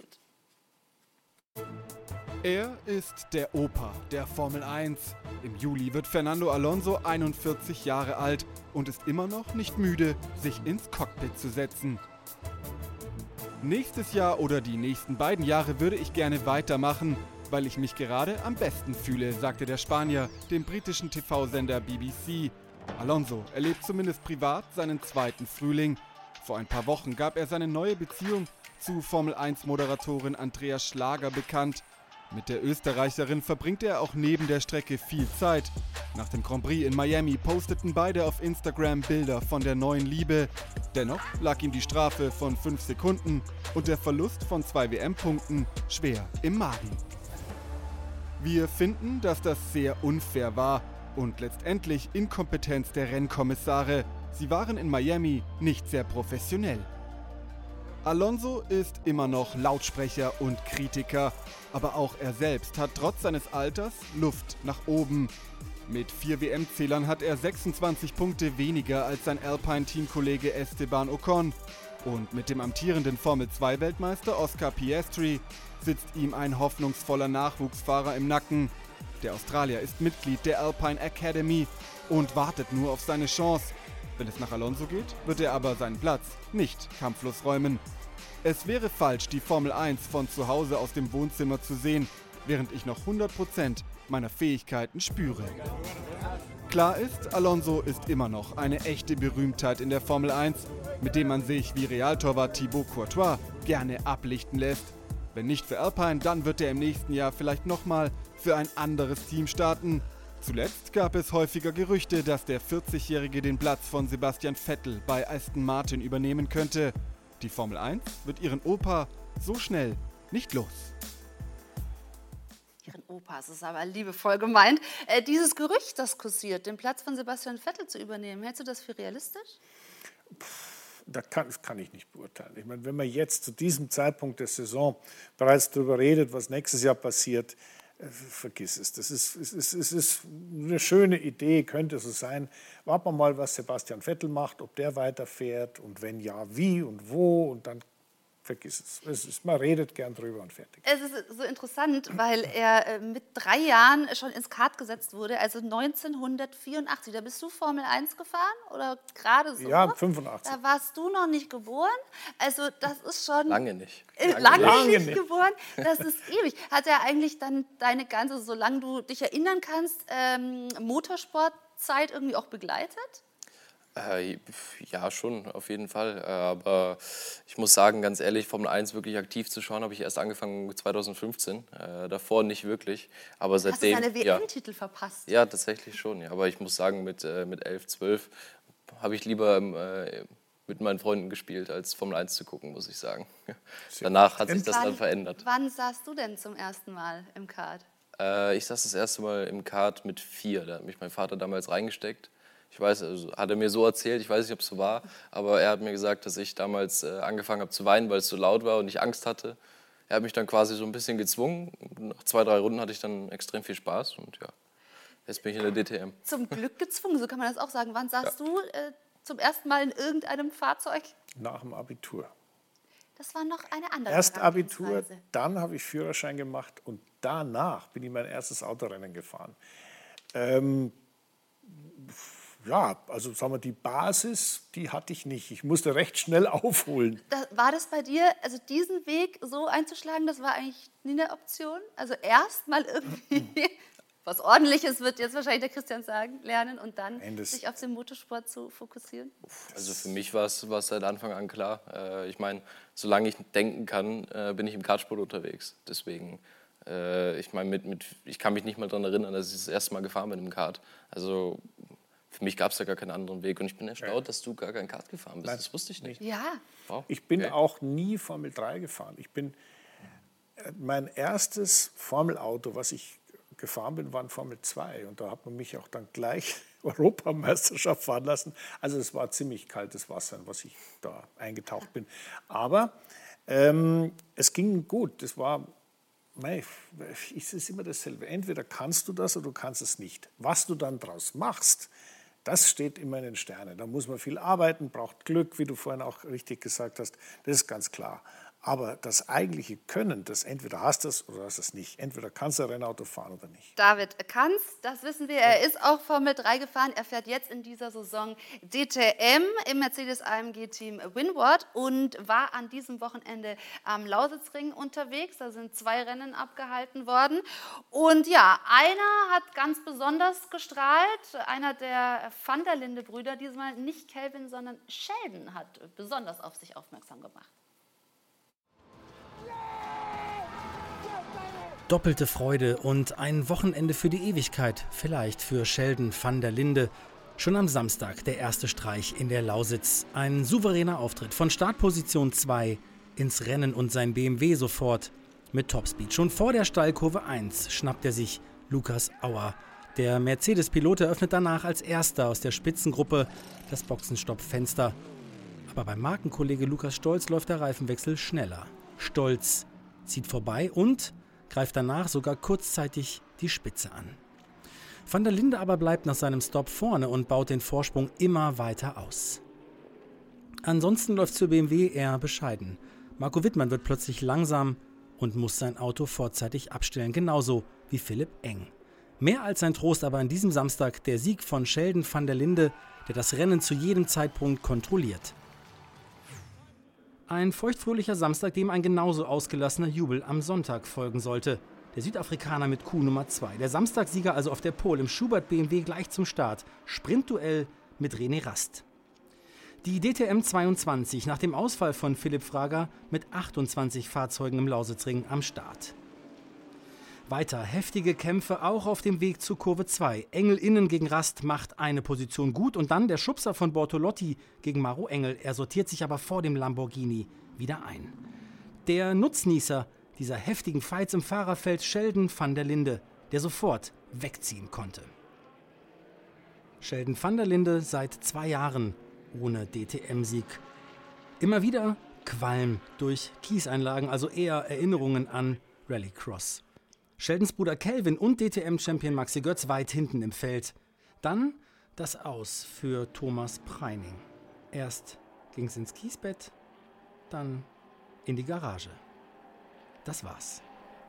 Er ist der Opa der Formel eins. Im Juli wird Fernando Alonso einundvierzig Jahre alt und ist immer noch nicht müde, sich ins Cockpit zu setzen. Nächstes Jahr oder die nächsten beiden Jahre würde ich gerne weitermachen, weil ich mich gerade am besten fühle, sagte der Spanier dem britischen T V-Sender B B C. Alonso erlebt zumindest privat seinen zweiten Frühling. Vor ein paar Wochen gab er seine neue Beziehung zu Formel eins Moderatorin Andrea Schlager bekannt. Mit der Österreicherin verbringt er auch neben der Strecke viel Zeit. Nach dem Grand Prix in Miami posteten beide auf Instagram Bilder von der neuen Liebe. Dennoch lag ihm die Strafe von fünf Sekunden und der Verlust von zwei W M-Punkten schwer im Magen. Wir finden, dass das sehr unfair war und letztendlich Inkompetenz der Rennkommissare. Sie waren in Miami nicht sehr professionell. Alonso ist immer noch Lautsprecher und Kritiker, aber auch er selbst hat trotz seines Alters Luft nach oben. Mit vier W M-Zählern hat er sechsundzwanzig Punkte weniger als sein Alpine-Teamkollege Esteban Ocon. Und mit dem amtierenden Formel zwei Weltmeister Oscar Piastri sitzt ihm ein hoffnungsvoller Nachwuchsfahrer im Nacken. Der Australier ist Mitglied der Alpine Academy und wartet nur auf seine Chance. Wenn es nach Alonso geht, wird er aber seinen Platz nicht kampflos räumen. Es wäre falsch, die Formel eins von zu Hause aus dem Wohnzimmer zu sehen, während ich noch hundert Prozent meiner Fähigkeiten spüre. Klar ist, Alonso ist immer noch eine echte Berühmtheit in der Formel eins, mit dem man sich wie Realtorwart Thibaut Courtois gerne ablichten lässt. Wenn nicht für Alpine, dann wird er im nächsten Jahr vielleicht nochmal für ein anderes Team starten. Zuletzt gab es häufiger Gerüchte, dass der vierzigjährige den Platz von Sebastian Vettel bei Aston Martin übernehmen könnte. Die Formel eins wird ihren Opa so schnell nicht los. Ihren Opa, das ist aber liebevoll gemeint. Äh, dieses Gerücht, das kursiert, den Platz von Sebastian Vettel zu übernehmen, hältst du das für realistisch? Das kann, das kann ich nicht beurteilen. Ich meine, wenn man jetzt zu diesem Zeitpunkt der Saison bereits darüber redet, was nächstes Jahr passiert, äh, vergiss es. Das ist, es, ist, es ist eine schöne Idee, könnte so sein. Warten wir mal, was Sebastian Vettel macht, ob der weiterfährt und wenn ja, wie und wo und dann vergiss es. es ist, man redet gern drüber und fertig. Es ist so interessant, weil er mit drei Jahren schon ins Kart gesetzt wurde, also neunzehnhundertvierundachtzig. Da bist du Formel eins gefahren oder gerade so? Ja, fünfundachtzig. Da warst du noch nicht geboren. Also das ist schon... Lange nicht. Lange, lange, lange nicht, nicht geboren. Das ist ewig. Hat er eigentlich dann deine ganze, solange du dich erinnern kannst, ähm, Motorsportzeit irgendwie auch begleitet? Äh, ja, schon, auf jeden Fall. Äh, aber ich muss sagen, ganz ehrlich, Formel eins wirklich aktiv zu schauen, habe ich erst angefangen zweitausendfünfzehn. Äh, davor nicht wirklich. Aber seitdem, hast du deine W M-Titel ja, verpasst? Ja, tatsächlich schon. Ja. Aber ich muss sagen, mit, äh, mit elf, zwölf habe ich lieber äh, mit meinen Freunden gespielt, als Formel eins zu gucken, muss ich sagen. Danach hat sich das wann, dann verändert. Wann saßt du denn zum ersten Mal im Kart? Äh, ich saß das erste Mal im Kart mit vier. Da hat mich mein Vater damals reingesteckt. Ich weiß, also hat er mir so erzählt, ich weiß nicht, ob es so war, aber er hat mir gesagt, dass ich damals äh, angefangen habe zu weinen, weil es so laut war und ich Angst hatte. Er hat mich dann quasi so ein bisschen gezwungen. Nach zwei, drei Runden hatte ich dann extrem viel Spaß und ja, jetzt bin ich in der D T M. Zum Glück gezwungen, so kann man das auch sagen. Wann saßt ja. du äh, zum ersten Mal in irgendeinem Fahrzeug? Nach dem Abitur. Das war noch eine andere Erst Abitur, dann habe ich Führerschein gemacht und danach bin ich mein erstes Autorennen gefahren. Ähm, Ja, also sagen wir, die Basis, die hatte ich nicht. Ich musste recht schnell aufholen. Da, war das bei dir, also diesen Weg so einzuschlagen, das war eigentlich nie eine Option? Also erst mal irgendwie was Ordentliches, wird jetzt wahrscheinlich der Christian sagen, lernen und dann Nein, sich auf den Motorsport zu fokussieren? Also für mich war es seit Anfang an klar. Äh, ich meine, solange ich denken kann, äh, bin ich im Kartsport unterwegs. Deswegen, äh, ich meine, mit, mit, ich kann mich nicht mal daran erinnern, dass ich das erste Mal gefahren bin im Kart. Also für mich gab es ja gar keinen anderen Weg. Und ich bin erstaunt, ja. dass du gar kein Kart gefahren bist. Nein. Das wusste ich nicht. Ja. Wow. Ich bin okay. auch nie Formel drei gefahren. Ich bin, mein erstes Formelauto, was ich gefahren bin, war ein Formel zwei. Und da hat man mich auch dann gleich Europameisterschaft fahren lassen. Also es war ziemlich kaltes Wasser, in was ich da eingetaucht bin. Aber ähm, es ging gut. Das war... Es ist immer dasselbe. Entweder kannst du das oder du kannst es nicht. Was du dann daraus machst, das steht immer in den Sternen. Da muss man viel arbeiten, braucht Glück, wie du vorhin auch richtig gesagt hast. Das ist ganz klar. Aber das eigentliche Können, das entweder hast du es oder hast du es nicht. Entweder kannst du ein Rennauto fahren oder nicht. David kann es, das wissen wir. Er ist auch Formel drei gefahren. Er fährt jetzt in dieser Saison D T M im Mercedes-A M G-Team Winward und war an diesem Wochenende am Lausitzring unterwegs. Da sind zwei Rennen abgehalten worden. Und ja, einer hat ganz besonders gestrahlt. Einer der Van der Linde-Brüder, diesmal nicht Kelvin, sondern Sheldon, hat besonders auf sich aufmerksam gemacht. Doppelte Freude und ein Wochenende für die Ewigkeit, vielleicht für Sheldon van der Linde. Schon am Samstag der erste Streich in der Lausitz. Ein souveräner Auftritt von Startposition zwei ins Rennen und sein B M W sofort mit Topspeed. Schon vor der Steilkurve eins schnappt er sich Lukas Auer. Der Mercedes-Pilot eröffnet danach als erster aus der Spitzengruppe das Boxenstoppfenster. Aber beim Markenkollege Lukas Stolz läuft der Reifenwechsel schneller. Stolz zieht vorbei und greift danach sogar kurzzeitig die Spitze an. Van der Linde aber bleibt nach seinem Stopp vorne und baut den Vorsprung immer weiter aus. Ansonsten läuft es für B M W eher bescheiden. Marco Wittmann wird plötzlich langsam und muss sein Auto vorzeitig abstellen, genauso wie Philipp Eng. Mehr als ein Trost aber an diesem Samstag der Sieg von Sheldon van der Linde, der das Rennen zu jedem Zeitpunkt kontrolliert. Ein feuchtfröhlicher Samstag, dem ein genauso ausgelassener Jubel am Sonntag folgen sollte. Der Südafrikaner mit Kuh Nummer zwei. Der Samstagssieger also auf der Pole im Schubert B M W gleich zum Start. Sprintduell mit René Rast. Die D T M zweiundzwanzig nach dem Ausfall von Philipp Frager mit achtundzwanzig Fahrzeugen im Lausitzring am Start. Weiter heftige Kämpfe auch auf dem Weg zu Kurve zwei. Engel innen gegen Rast macht eine Position gut und dann der Schubser von Bortolotti gegen Maro Engel. Er sortiert sich aber vor dem Lamborghini wieder ein. Der Nutznießer dieser heftigen Fights im Fahrerfeld Sheldon van der Linde, der sofort wegziehen konnte. Sheldon van der Linde seit zwei Jahren ohne D T M-Sieg. Immer wieder Qualm durch Kieseinlagen, also eher Erinnerungen an Rallycross. Sheldons Bruder Kelvin und D T M-Champion Maxi Götz weit hinten im Feld. Dann das Aus für Thomas Preining. Erst ging es ins Kiesbett, dann in die Garage. Das war's.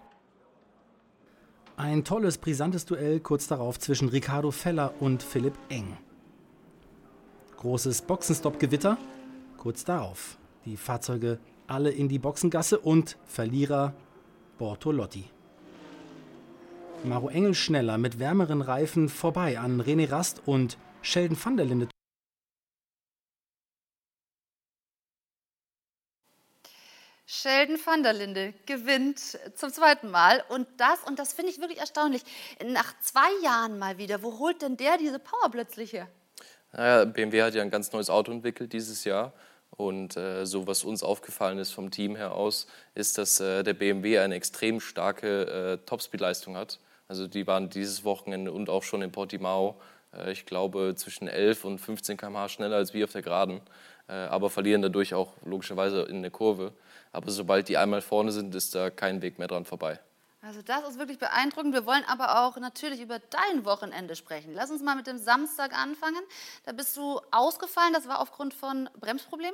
Ein tolles, brisantes Duell kurz darauf zwischen Ricardo Feller und Philipp Eng. Großes Boxenstopp-Gewitter kurz darauf. Die Fahrzeuge alle in die Boxengasse und Verlierer Bortolotti. Maro Engel schneller mit wärmeren Reifen vorbei an René Rast und Sheldon van der Linde. Sheldon van der Linde gewinnt zum zweiten Mal und das, und das finde ich wirklich erstaunlich, nach zwei Jahren mal wieder. Wo holt denn der diese Power plötzlich her? Naja, B M W hat ja ein ganz neues Auto entwickelt dieses Jahr. Und äh, so, was uns aufgefallen ist vom Team her aus, ist, dass äh, der B M W eine extrem starke äh, Topspeed-Leistung hat. Also die waren dieses Wochenende und auch schon in Portimao, äh, ich glaube, zwischen elf und fünfzehn Kilometer pro Stunde schneller als wir auf der Geraden, äh, aber verlieren dadurch auch logischerweise in der Kurve. Aber sobald die einmal vorne sind, ist da kein Weg mehr dran vorbei. Also das ist wirklich beeindruckend. Wir wollen aber auch natürlich über dein Wochenende sprechen. Lass uns mal mit dem Samstag anfangen. Da bist du ausgefallen, das war aufgrund von Bremsproblemen?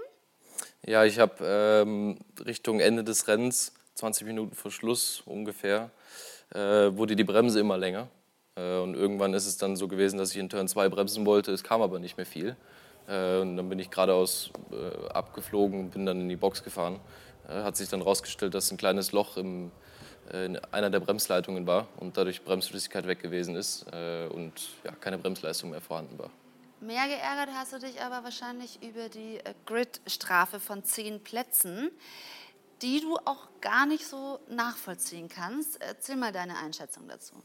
Ja, ich habe ähm, Richtung Ende des Rennens, zwanzig Minuten vor Schluss ungefähr, äh, wurde die Bremse immer länger. Äh, und irgendwann ist es dann so gewesen, dass ich in Turn zwei bremsen wollte, es kam aber nicht mehr viel. Äh, und dann bin ich geradeaus äh, abgeflogen, bin dann in die Box gefahren. Äh, hat sich dann rausgestellt, dass ein kleines Loch im in einer der Bremsleitungen war und dadurch Bremsflüssigkeit weg gewesen ist äh, und ja, keine Bremsleistung mehr vorhanden war. Mehr geärgert hast du dich aber wahrscheinlich über die äh, Grid-Strafe von zehn Plätzen, die du auch gar nicht so nachvollziehen kannst. Erzähl mal deine Einschätzung dazu.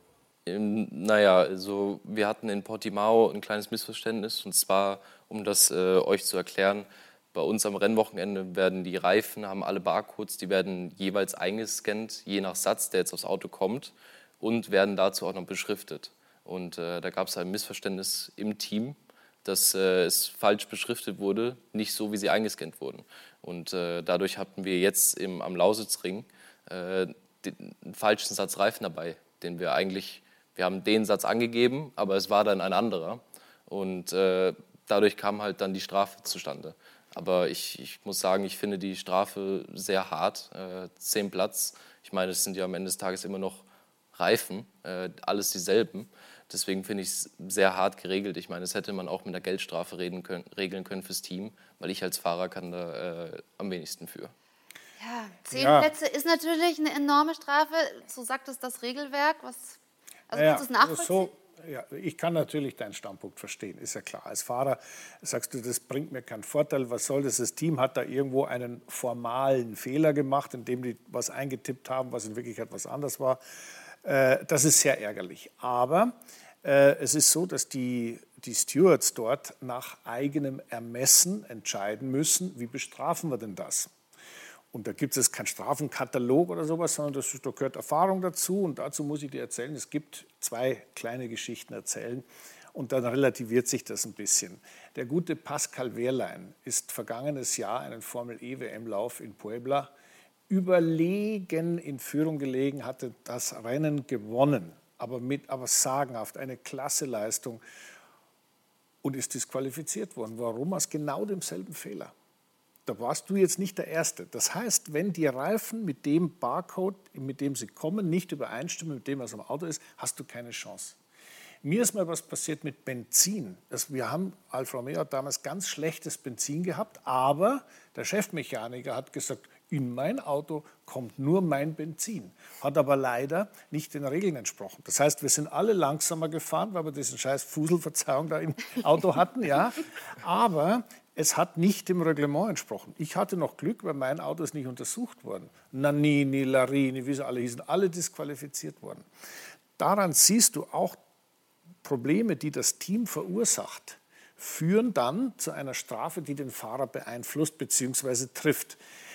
Ähm, naja, also wir hatten in Portimao ein kleines Missverständnis und zwar, um das äh, euch zu erklären, bei uns am Rennwochenende werden die Reifen, haben alle Barcodes, die werden jeweils eingescannt, je nach Satz, der jetzt aufs Auto kommt, und werden dazu auch noch beschriftet. Und äh, da gab es ein Missverständnis im Team, dass äh, es falsch beschriftet wurde, nicht so, wie sie eingescannt wurden. Und äh, dadurch hatten wir jetzt im, am Lausitzring äh, den, den falschen Satz Reifen dabei, den wir eigentlich, wir haben den Satz angegeben, aber es war dann ein anderer. Und äh, dadurch kam halt dann die Strafe zustande. Aber ich, ich muss sagen, ich finde die Strafe sehr hart. Äh, zehn Platz, ich meine, es sind ja am Ende des Tages immer noch Reifen, äh, alles dieselben. Deswegen finde ich es sehr hart geregelt. Ich meine, das hätte man auch mit einer Geldstrafe reden können, regeln können fürs Team, weil ich als Fahrer kann da äh, am wenigsten für. Ja, zehn Ja. Plätze ist natürlich eine enorme Strafe. So sagt es das Regelwerk. Was, also Ja, kannst du es nachvollziehen? so, ja, ich kann natürlich deinen Standpunkt verstehen, ist ja klar. Als Fahrer sagst du, das bringt mir keinen Vorteil, was soll das? Das Team hat da irgendwo einen formalen Fehler gemacht, indem die was eingetippt haben, was in Wirklichkeit was anderes war. Äh, das ist sehr ärgerlich. Aber äh, es ist so, dass die, die Stewards dort nach eigenem Ermessen entscheiden müssen, wie bestrafen wir denn das? Und da gibt es keinen Strafenkatalog oder sowas, sondern das, da gehört Erfahrung dazu. Und dazu muss ich dir erzählen, es gibt zwei kleine Geschichten erzählen. Und dann relativiert sich das ein bisschen. Der gute Pascal Wehrlein ist vergangenes Jahr einen Formel-E-W M-Lauf in Puebla überlegen in Führung gelegen, hatte das Rennen gewonnen. aber, mit, aber sagenhaft, eine klasse Leistung und ist disqualifiziert worden. Warum? Aus genau demselben Fehler. Da warst du jetzt nicht der Erste. Das heißt, wenn die Reifen mit dem Barcode, mit dem sie kommen, nicht übereinstimmen mit dem, was am Auto ist, hast du keine Chance. Mir ist mal was passiert mit Benzin. Das, wir haben, Alfa Romeo hat damals ganz schlechtes Benzin gehabt, aber der Chefmechaniker hat gesagt, in mein Auto kommt nur mein Benzin. Hat aber leider nicht den Regeln entsprochen. Das heißt, wir sind alle langsamer gefahren, weil wir diesen scheiß Fuselverzeihung da im Auto hatten, ja. Aber es hat nicht dem Reglement entsprochen. Ich hatte noch Glück, weil mein Auto ist nicht untersucht worden. Nannini, Larini, wie sie alle hießen, alle disqualifiziert worden. Daran siehst du auch Probleme, die das Team verursacht, führen dann zu einer Strafe, die den Fahrer beeinflusst bzw. trifft.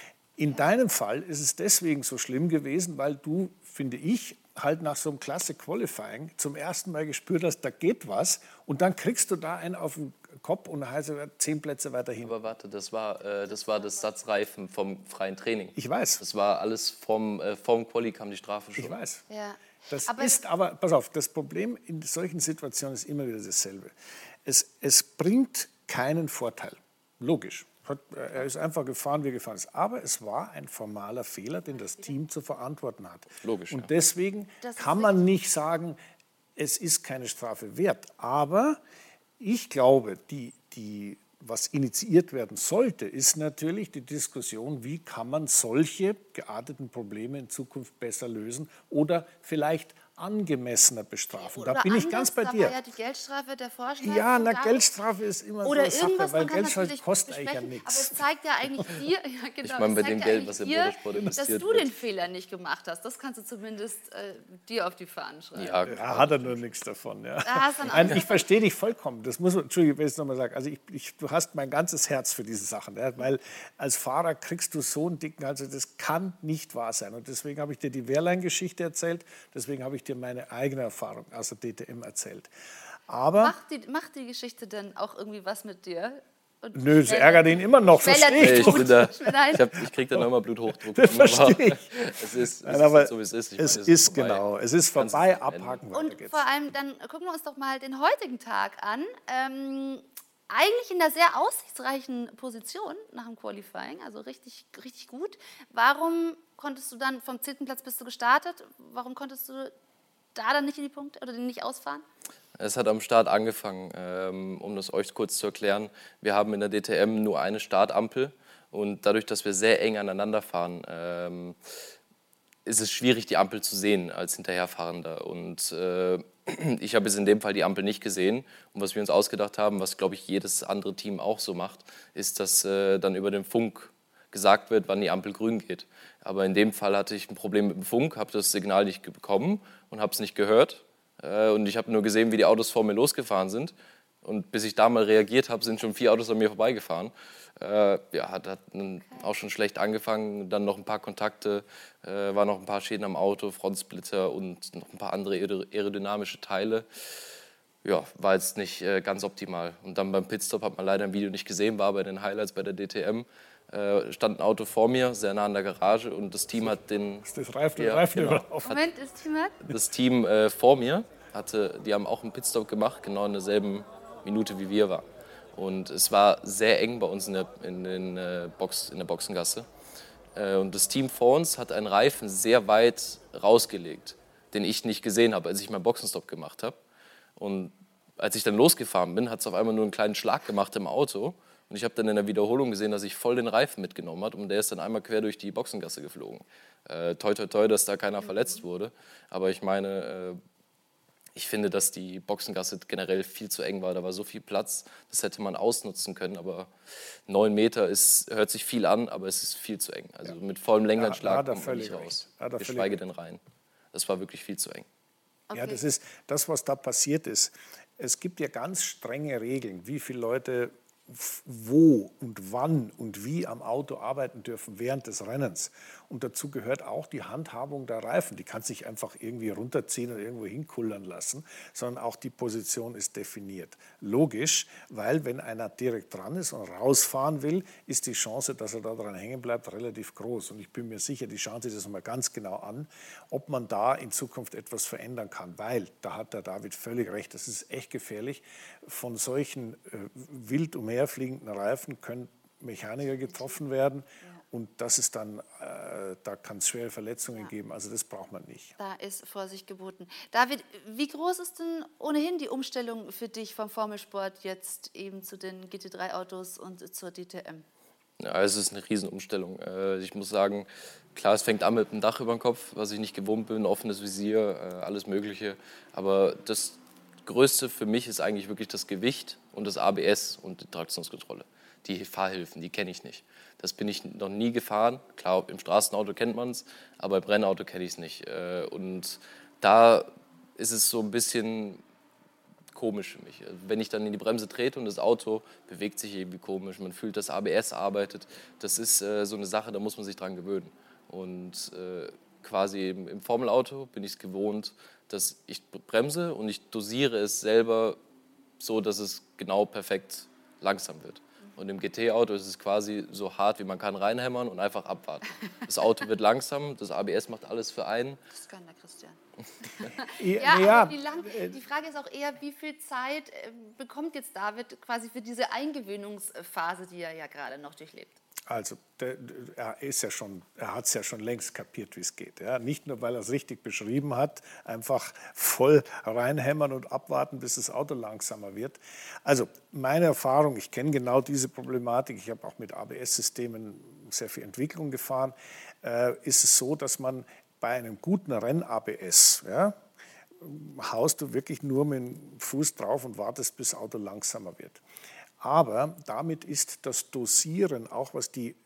In deinem Fall ist es deswegen so schlimm gewesen, weil du, finde ich, halt nach so einem Klasse-Qualifying zum ersten Mal gespürt hast, da geht was und dann kriegst du da einen auf den Kopf und dann heißt es zehn Plätze weiter hin. Aber warte, das war, äh, das war das Satzreifen vom freien Training. Ich weiß. Das war alles vom, äh, vom Quali kam die Strafe schon. Ich weiß. Ja. Das aber ist aber, pass auf, das Problem in solchen Situationen ist immer wieder dasselbe. Es, es bringt keinen Vorteil. Logisch. Er ist einfach gefahren, wie er gefahren ist. Aber es war ein formaler Fehler, den das Team zu verantworten hat. Logisch. Und ja. deswegen kann man nicht sagen, es ist keine Strafe wert. Aber ich glaube, die, die, was initiiert werden sollte, ist natürlich die Diskussion, wie kann man solche gearteten Probleme in Zukunft besser lösen oder vielleicht angemessener bestrafen. Oder da bin ich anders, ganz bei da dir. war ja die Geldstrafe der Vorschlag. Ja, na, da Geldstrafe ist immer oder so eine irgendwas, Sache, weil man kann Geldstrafe natürlich kostet eigentlich ja besprechen, nichts. aber es zeigt ja eigentlich dir, ja, genau, Ich meine, bei es dem zeigt Geld, ja was im dir, Motorsport dass investiert du wird. den Fehler nicht gemacht hast. Das kannst du zumindest äh, dir auf die Fahnen schreiben. Ja, Ja, hat er nur nichts davon. Ja. Da hast du einen Nein, ich verstehe dich vollkommen. Das muss, Entschuldigung, wenn ich es nochmal sage. Also ich, ich, du hast mein ganzes Herz für diese Sachen. Ja, weil als Fahrer kriegst du so einen dicken Hals. Das kann nicht wahr sein. Und deswegen habe ich dir die Wehrlein-Geschichte erzählt. Deswegen habe ich dir meine eigene Erfahrung aus der D T M erzählt. Aber Macht die, macht die Geschichte denn auch irgendwie was mit dir? Und nö, es schmälert- ärgert ihn immer noch, schmälert verstehe Ey, ich. ich, bin da, Nein. ich, hab, ich kriege dann nochmal Bluthochdruck. Verstehe ich. Es ist, es Nein, ist aber halt so, wie es ist. Ich es meine, es ist vorbei. genau, es ist Kannst vorbei, es nicht ändern. abhaken, weiter Und geht's. vor allem, dann gucken wir uns doch mal den heutigen Tag an. Ähm, eigentlich in einer sehr aussichtsreichen Position nach dem Qualifying, also richtig, richtig gut. Warum konntest du dann vom zehnten Platz bist du gestartet? Warum konntest du da dann nicht in die Punkte oder nicht ausfahren? Es hat am Start angefangen, ähm, um das euch kurz zu erklären. Wir haben in der D T M nur eine Startampel und dadurch, dass wir sehr eng aneinander fahren, ähm, ist es schwierig, die Ampel zu sehen als Hinterherfahrender. Und äh, ich habe jetzt in dem Fall die Ampel nicht gesehen. Und was wir uns ausgedacht haben, was, glaube ich, jedes andere Team auch so macht, ist, dass äh, dann über den Funk gesagt wird, wann die Ampel grün geht. Aber in dem Fall hatte ich ein Problem mit dem Funk, habe das Signal nicht bekommen und habe es nicht gehört. Äh, und ich habe nur gesehen, wie die Autos vor mir losgefahren sind. Und bis ich da mal reagiert habe, sind schon vier Autos an mir vorbeigefahren. Äh, ja, hat, hat auch schon schlecht angefangen. Dann noch ein paar Kontakte, äh, waren noch ein paar Schäden am Auto, Frontsplitter und noch ein paar andere aerodynamische Teile. Ja, war jetzt nicht äh, ganz optimal. Und dann beim Pitstop hat man leider ein Video nicht gesehen, war bei den Highlights bei der D T M. Äh, stand ein Auto vor mir, sehr nah an der Garage und das Team hat den... Ist das Reifen, Ja, Reifen genau. überlaufen? Moment, ist jemand? Das Team äh, vor mir, hatte, die haben auch einen Pitstop gemacht, genau in derselben Minute wie wir waren. Und es war sehr eng bei uns in der, in den, äh, Box, in der Boxengasse. Äh, und das Team vor uns hat einen Reifen sehr weit rausgelegt, den ich nicht gesehen habe, als ich meinen Boxenstopp gemacht habe. Und als ich dann losgefahren bin, hat es auf einmal nur einen kleinen Schlag gemacht im Auto. Und ich habe dann in der Wiederholung gesehen, dass ich voll den Reifen mitgenommen habe. Und der ist dann einmal quer durch die Boxengasse geflogen. Äh, toi, toi, toi, dass da keiner verletzt wurde. Aber ich meine... Äh, Ich finde, dass die Boxengasse generell viel zu eng war. Da war so viel Platz, das hätte man ausnutzen können. Aber neun Meter ist, hört sich viel an, aber es ist viel zu eng. Also ja. Mit vollem Lenkrad Ja, kommt man nicht raus. Geschweige denn rein. Das war wirklich viel zu eng. Okay. Ja, das ist das, was da passiert ist. Es gibt ja ganz strenge Regeln, wie viele Leute wo und wann und wie am Auto arbeiten dürfen während des Rennens. Und dazu gehört auch die Handhabung der Reifen. Die kann sich einfach irgendwie runterziehen und irgendwo hinkullern lassen, sondern auch die Position ist definiert. Logisch, weil wenn einer direkt dran ist und rausfahren will, ist die Chance, dass er da dran hängen bleibt, relativ groß. Und ich bin mir sicher, die schauen sich das mal ganz genau an, ob man da in Zukunft etwas verändern kann. Weil, da hat der David völlig recht, das ist echt gefährlich. Von solchen äh, wild umherfliegenden Reifen können Mechaniker getroffen werden. Ja. Und das ist dann, äh, da kann es schwere Verletzungen ja. geben. Also das braucht man nicht. Da ist Vorsicht geboten. David, wie groß ist denn ohnehin die Umstellung für dich vom Formelsport jetzt eben zu den G T drei Autos und zur D T M? Ja, es ist eine Riesenumstellung. Ich muss sagen, klar, es fängt an mit dem Dach über dem Kopf, was ich nicht gewohnt bin, offenes Visier, alles Mögliche. Aber das Größte für mich ist eigentlich wirklich das Gewicht und das A B S und die Traktionskontrolle. Die Fahrhilfen, die kenne ich nicht. Das bin ich noch nie gefahren. Klar, im Straßenauto kennt man es, aber im Rennauto kenne ich es nicht. Und da ist es so ein bisschen komisch für mich. Wenn ich dann in die Bremse trete und das Auto bewegt sich irgendwie komisch, man fühlt, dass A B S arbeitet, das ist äh, so eine Sache, da muss man sich dran gewöhnen. Und äh, quasi im, im Formelauto bin ich es gewohnt, dass ich bremse und ich dosiere es selber so, dass es genau perfekt langsam wird. Und im G T-Auto ist es quasi so hart, wie man kann, reinhämmern und einfach abwarten. Das Auto wird langsam, das A B S macht alles für einen. Das kann der Christian. ja, ja, ja. Aber wie lang, die Frage ist auch eher, wie viel Zeit bekommt jetzt David quasi für diese Eingewöhnungsphase, die er ja gerade noch durchlebt? Also der, er ist ja schon, er hat es ja schon längst kapiert, wie es geht. Ja? Nicht nur, weil er es richtig beschrieben hat, einfach voll reinhämmern und abwarten, bis das Auto langsamer wird. Also meine Erfahrung, ich kenne genau diese Problematik, ich habe auch mit A B S-Systemen sehr viel Entwicklung gefahren, äh, ist es so, dass man bei einem guten Renn-A B S, ja, haust du wirklich nur mit dem Fuß drauf und wartest, bis das Auto langsamer wird. Aber damit ist das Dosieren, auch was die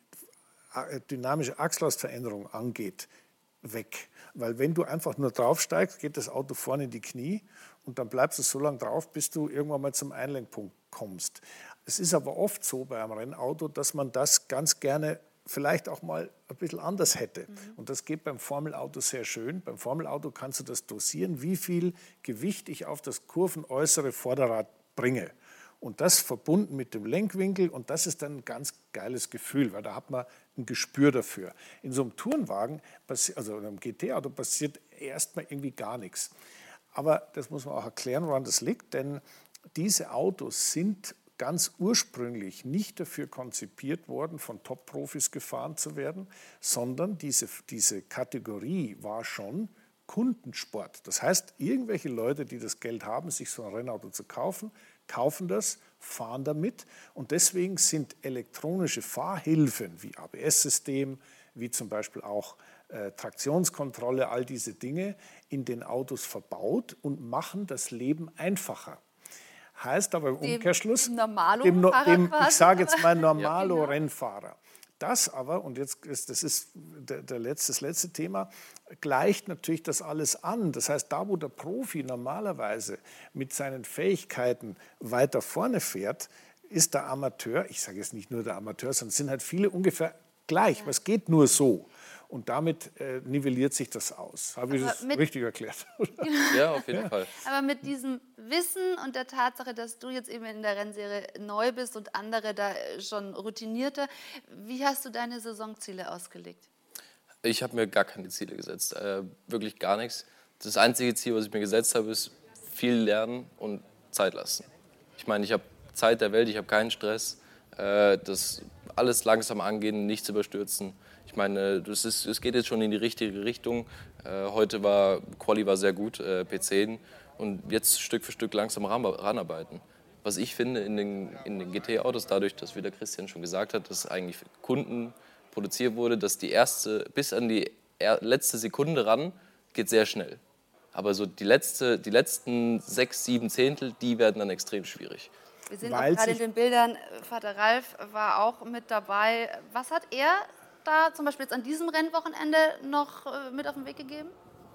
dynamische Achslastveränderung angeht, weg. Weil wenn du einfach nur draufsteigst, geht das Auto vorne in die Knie und dann bleibst du so lange drauf, bis du irgendwann mal zum Einlenkpunkt kommst. Es ist aber oft so bei einem Rennauto, dass man das ganz gerne vielleicht auch mal ein bisschen anders hätte. Mhm. Und das geht beim Formelauto sehr schön. Beim Formelauto kannst du das dosieren, wie viel Gewicht ich auf das kurvenäußere Vorderrad bringe. Und das verbunden mit dem Lenkwinkel, und das ist dann ein ganz geiles Gefühl, weil da hat man ein Gespür dafür. In so einem Tourenwagen, also in einem G T-Auto, passiert erstmal irgendwie gar nichts. Aber das muss man auch erklären, woran das liegt, denn diese Autos sind ganz ursprünglich nicht dafür konzipiert worden, von Top-Profis gefahren zu werden, sondern diese, diese Kategorie war schon Kundensport. Das heißt, irgendwelche Leute, die das Geld haben, sich so ein Rennauto zu kaufen, kaufen das, fahren damit, und deswegen sind elektronische Fahrhilfen wie A B S-System, wie zum Beispiel auch äh, Traktionskontrolle, all diese Dinge in den Autos verbaut und machen das Leben einfacher. Heißt aber im Umkehrschluss, dem Normalo dem, dem, ich sage jetzt mal ja, Normalo-Rennfahrer. Das aber, und jetzt ist, das ist der, der letzte, das letzte Thema, gleicht natürlich das alles an. Das heißt, da wo der Profi normalerweise mit seinen Fähigkeiten weiter vorne fährt, ist der Amateur, ich sage jetzt nicht nur der Amateur, sondern es sind halt viele ungefähr gleich. Ja. Es geht nur so. Und damit äh, nivelliert sich das aus. Habe ich das richtig erklärt? Ja, auf jeden ja. Fall. Aber mit diesem Wissen und der Tatsache, dass du jetzt eben in der Rennserie neu bist und andere da schon routinierter, wie hast du deine Saisonziele ausgelegt? Ich habe mir gar keine Ziele gesetzt, äh, wirklich gar nichts. Das einzige Ziel, was ich mir gesetzt habe, ist viel lernen und Zeit lassen. Ich meine, ich habe Zeit der Welt, ich habe keinen Stress, äh, das alles langsam angehen, nichts überstürzen. Ich meine, das ist, es geht jetzt schon in die richtige Richtung. Äh, heute war Quali war sehr gut, äh, P zehn, und jetzt Stück für Stück langsam ran, ranarbeiten. Was ich finde in den, in den G T-Autos, dadurch, dass, wie der Christian schon gesagt hat, dass eigentlich für Kunden produziert wurde, dass die erste, bis an die er, letzte Sekunde ran, geht sehr schnell. Aber so die, letzte, die letzten sechs, sieben Zehntel, die werden dann extrem schwierig. Wir sehen auch gerade in den Bildern, Vater Ralf war auch mit dabei. Was hat er da zum Beispiel jetzt an diesem Rennwochenende noch äh, mit auf den Weg gegeben?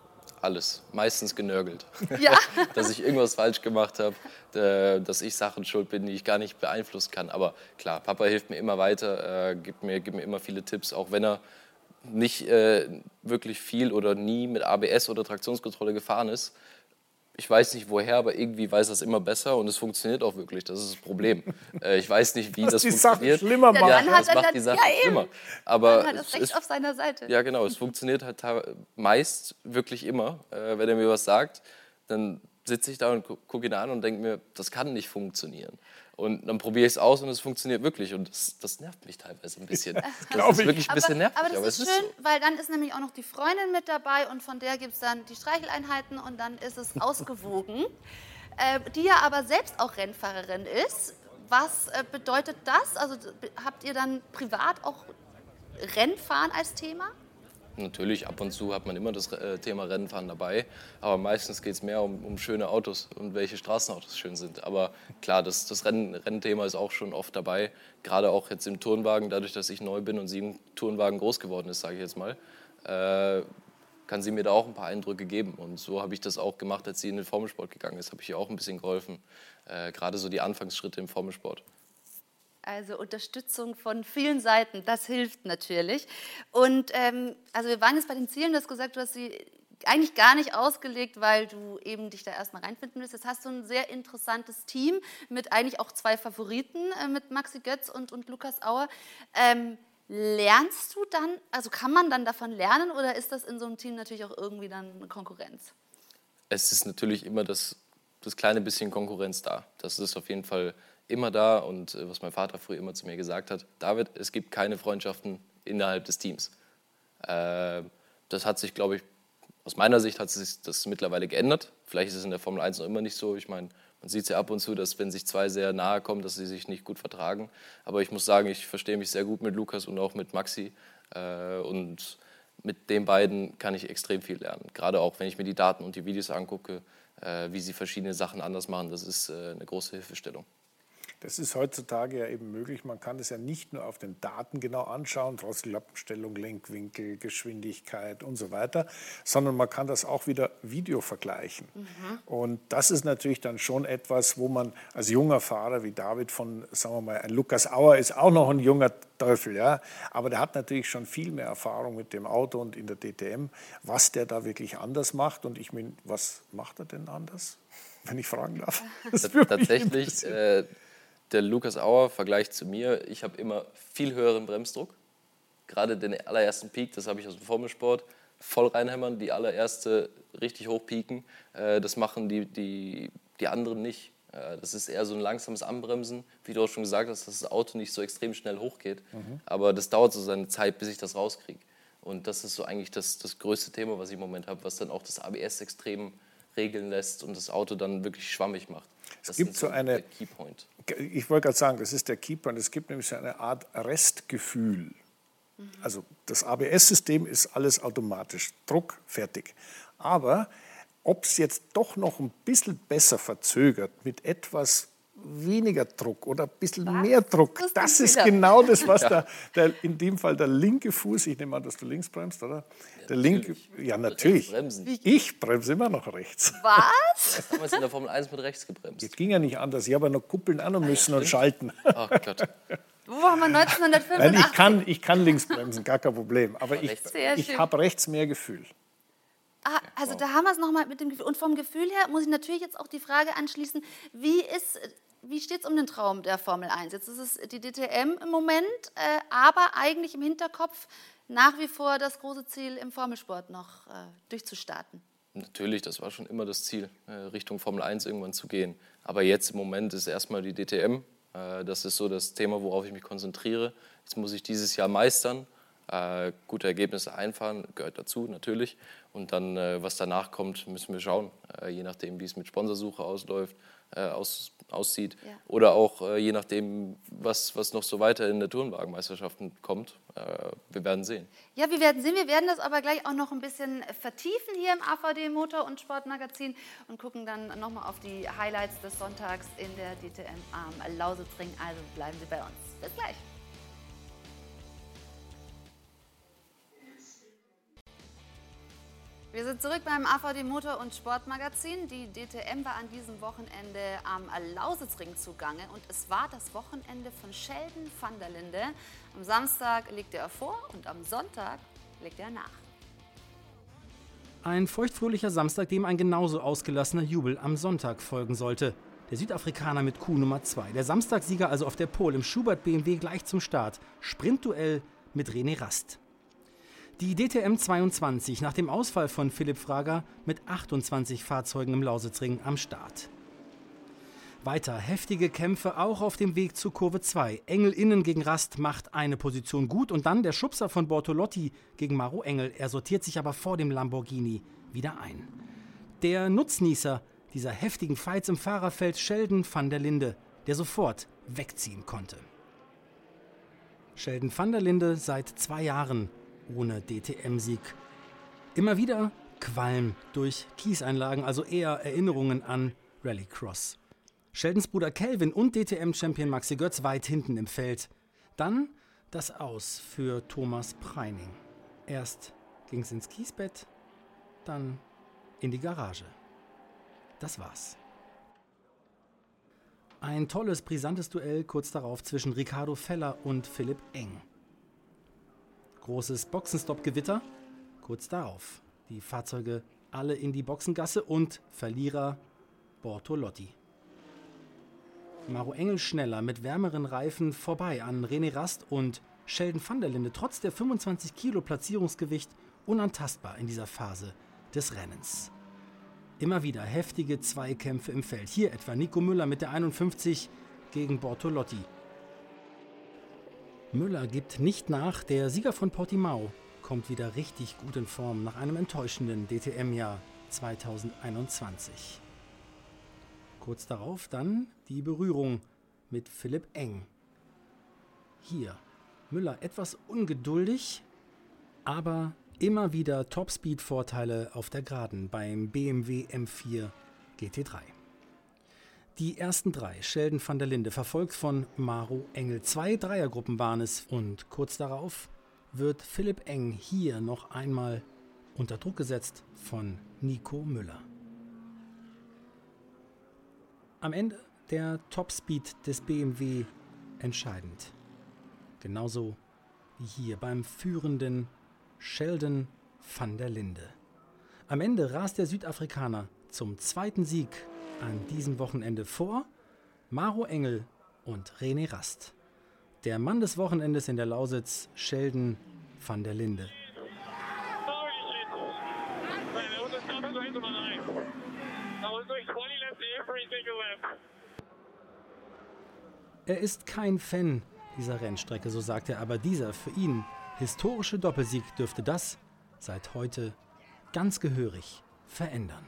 alles. Meistens genörgelt. Ja. Dass ich irgendwas falsch gemacht habe, äh, dass ich Sachen schuld bin, die ich gar nicht beeinflussen kann. Aber klar, Papa hilft mir immer weiter, äh, gibt mir, gibt mir immer viele Tipps, auch wenn er nicht äh, wirklich viel oder nie mit A B S oder Traktionskontrolle gefahren ist. Ich weiß nicht woher, aber irgendwie weiß er es immer besser und es funktioniert auch wirklich. Das ist das Problem. Äh, ich weiß nicht, wie das das die funktioniert. Sache schlimmer macht. Ja, Dann hat das er macht dann- die Sache ja, eben. schlimmer. Aber Man hat das es Recht ist, auf seiner Seite. ja, genau. Es funktioniert halt ta- meist wirklich immer. Äh, wenn er mir was sagt, dann sitze ich da und gu gucke ihn an und denke mir, das kann nicht funktionieren. Und dann probiere ich es aus und es funktioniert wirklich. Und das, das nervt mich teilweise ein bisschen. Das glaub ist ich. wirklich ein bisschen nervig, aber das aber ist es schön, ist so. weil dann ist nämlich auch noch die Freundin mit dabei und von der gibt es dann die Streicheleinheiten und dann ist es ausgewogen. äh, die ja aber selbst auch Rennfahrerin ist. Was äh, bedeutet das? Also habt ihr dann privat auch Rennfahren als Thema? Natürlich, ab und zu hat man immer das äh, Thema Rennfahren dabei, aber meistens geht es mehr um, um schöne Autos und welche Straßenautos schön sind. Aber klar, das, das Renn, Rennthema ist auch schon oft dabei, gerade auch jetzt im Turnwagen, dadurch, dass ich neu bin und sie im Turnwagen groß geworden ist, sage ich jetzt mal, äh, kann sie mir da auch ein paar Eindrücke geben. Und so habe ich das auch gemacht, als sie in den Formelsport gegangen ist, habe ich ihr auch ein bisschen geholfen, äh, gerade so die Anfangsschritte im Formelsport. Also Unterstützung von vielen Seiten, das hilft natürlich. Und ähm, also wir waren jetzt bei den Zielen, du hast gesagt, du hast sie eigentlich gar nicht ausgelegt, weil du eben dich da erstmal reinfinden willst. Jetzt hast du ein sehr interessantes Team mit eigentlich auch zwei Favoriten, äh, mit Maxi Götz und, und Lukas Auer. Ähm, lernst du dann, also kann man dann davon lernen oder ist das in so einem Team natürlich auch irgendwie dann eine Konkurrenz? Es ist natürlich immer das, das kleine bisschen Konkurrenz da. Das ist auf jeden Fall immer da und äh, was mein Vater früher immer zu mir gesagt hat, David, es gibt keine Freundschaften innerhalb des Teams. Äh, das hat sich, glaube ich, aus meiner Sicht hat sich das mittlerweile geändert. Vielleicht ist es in der Formel eins noch immer nicht so. Ich meine, man sieht es ja ab und zu, dass wenn sich zwei sehr nahe kommen, dass sie sich nicht gut vertragen. Aber ich muss sagen, ich verstehe mich sehr gut mit Lukas und auch mit Maxi. Äh, und mit den beiden kann ich extrem viel lernen. Gerade auch, wenn ich mir die Daten und die Videos angucke, äh, wie sie verschiedene Sachen anders machen. Das ist äh, eine große Hilfestellung. Das ist heutzutage ja eben möglich. Man kann das ja nicht nur auf den Daten genau anschauen, Drosselklappenstellung, Lenkwinkel, Geschwindigkeit und so weiter, sondern man kann das auch wieder Video vergleichen. Mhm. Und das ist natürlich dann schon etwas, wo man als junger Fahrer wie David von, sagen wir mal, ein Lukas Auer ist auch noch ein junger Teufel, ja, aber der hat natürlich schon viel mehr Erfahrung mit dem Auto und in der D T M, was der da wirklich anders macht. Und ich meine, was macht er denn anders, wenn ich fragen darf? Tatsächlich. Der Lukas Auer, Vergleich zu mir, ich habe immer viel höheren Bremsdruck. Gerade den allerersten Peak, das habe ich aus dem Formelsport, voll reinhämmern, die allererste richtig hoch pieken. Das machen die, die, die anderen nicht. Das ist eher so ein langsames Anbremsen, wie du auch schon gesagt hast, dass das Auto nicht so extrem schnell hochgeht. Mhm. Aber das dauert so seine Zeit, bis ich das rauskriege. Und das ist so eigentlich das, das größte Thema, was ich im Moment habe, was dann auch das A B S extrem regeln lässt und das Auto dann wirklich schwammig macht. Das es gibt so eine, Keypoint. Ich wollte gerade sagen, das ist der Keypoint. Es gibt nämlich so eine Art Restgefühl. Mhm. Also das A B S-System ist alles automatisch, Druck, fertig. Aber ob es jetzt doch noch ein bisschen besser verzögert, mit etwas weniger Druck oder ein bisschen was? mehr Druck, das, das ist wieder. genau das, was ja. der, der, in dem Fall der linke Fuß, ich nehme an, dass du links bremst, oder? Ja, der linke, ja natürlich, ich bremse immer noch rechts. Was? Du hast damals in der Formel eins mit rechts gebremst. Das ging ja nicht anders, ich habe ja noch Kuppeln an und müssen ah, ja, und schalten. Ach Gott. Wo haben wir neunzehnhundertfünfundachtzig? Nein, ich, kann, ich kann links bremsen, gar kein Problem, aber ich, ich habe rechts mehr Gefühl. Ah, also wow. Da haben wir es nochmal mit dem Gefühl. Und vom Gefühl her muss ich natürlich jetzt auch die Frage anschließen, wie, ist, wie steht es um den Traum der Formel eins? Jetzt ist es die D T M im Moment, äh, aber eigentlich im Hinterkopf nach wie vor das große Ziel, im Formelsport noch äh, durchzustarten. Natürlich, das war schon immer das Ziel, äh, Richtung Formel eins irgendwann zu gehen. Aber jetzt im Moment ist erstmal die D T M. Äh, das ist so das Thema, worauf ich mich konzentriere. Jetzt muss ich dieses Jahr meistern. Äh, gute Ergebnisse einfahren, gehört dazu natürlich. Und dann, äh, was danach kommt, müssen wir schauen. Äh, je nachdem, wie es mit Sponsorsuche ausläuft, äh, aus, aussieht. Ja. Oder auch äh, je nachdem, was, was noch so weiter in der Turnwagenmeisterschaften kommt. Äh, wir werden sehen. Ja, wir werden sehen. Wir werden das aber gleich auch noch ein bisschen vertiefen hier im A V D Motor- und Sportmagazin und gucken dann nochmal auf die Highlights des Sonntags in der D T M am Lausitzring. Also bleiben Sie bei uns. Bis gleich. Wir sind zurück beim A V D Motor- und Sportmagazin. Die D T M war an diesem Wochenende am Lausitzring zugange und es war das Wochenende von Sheldon van der Linde. Am Samstag legte er vor und am Sonntag legte er nach. Ein feuchtfröhlicher Samstag, dem ein genauso ausgelassener Jubel am Sonntag folgen sollte. Der Südafrikaner mit Kuh Nummer zwei. Der Samstagssieger also auf der Pole im Schubert B M W gleich zum Start. Sprintduell mit René Rast. Die D T M zweiundzwanzig nach dem Ausfall von Philipp Frager mit achtundzwanzig Fahrzeugen im Lausitzring am Start. Weiter heftige Kämpfe auch auf dem Weg zu Kurve zwei. Engel innen gegen Rast macht eine Position gut und dann der Schubser von Bortolotti gegen Maro Engel. Er sortiert sich aber vor dem Lamborghini wieder ein. Der Nutznießer dieser heftigen Fights im Fahrerfeld Sheldon van der Linde, der sofort wegziehen konnte. Sheldon van der Linde seit zwei Jahren ohne D T M-Sieg. Immer wieder Qualm durch Kieseinlagen, also eher Erinnerungen an Rallycross. Sheldons Bruder Kelvin und D T M-Champion Maxi Götz weit hinten im Feld. Dann das Aus für Thomas Preining. Erst ging es ins Kiesbett, dann in die Garage. Das war's. Ein tolles, brisantes Duell kurz darauf zwischen Ricardo Feller und Philipp Eng. Großes Boxenstopp-Gewitter. Kurz darauf die Fahrzeuge alle in die Boxengasse und Verlierer Bortolotti. Maro Engel schneller mit wärmeren Reifen vorbei an René Rast und Sheldon van der Linde trotz der fünfundzwanzig Kilo Platzierungsgewicht unantastbar in dieser Phase des Rennens. Immer wieder heftige Zweikämpfe im Feld. Hier etwa Nico Müller mit der einundfünfzig gegen Bortolotti. Müller gibt nicht nach, der Sieger von Portimao kommt wieder richtig gut in Form nach einem enttäuschenden D T M-Jahr zweitausendeinundzwanzig. Kurz darauf dann die Berührung mit Philipp Eng. Hier Müller etwas ungeduldig, aber immer wieder Topspeed-Vorteile auf der Geraden beim B M W M vier G T drei. Die ersten drei, Sheldon van der Linde, verfolgt von Maro Engel. Zwei Dreiergruppen waren es und kurz darauf wird Philipp Eng hier noch einmal unter Druck gesetzt von Nico Müller. Am Ende der Topspeed des B M W entscheidend. Genauso wie hier beim führenden Sheldon van der Linde. Am Ende rast der Südafrikaner zum zweiten Sieg an diesem Wochenende vor Maro Engel und René Rast. Der Mann des Wochenendes in der Lausitz, Sheldon van der Linde. Er ist kein Fan dieser Rennstrecke, so sagt er, aber dieser für ihn historische Doppelsieg dürfte das seit heute ganz gehörig verändern.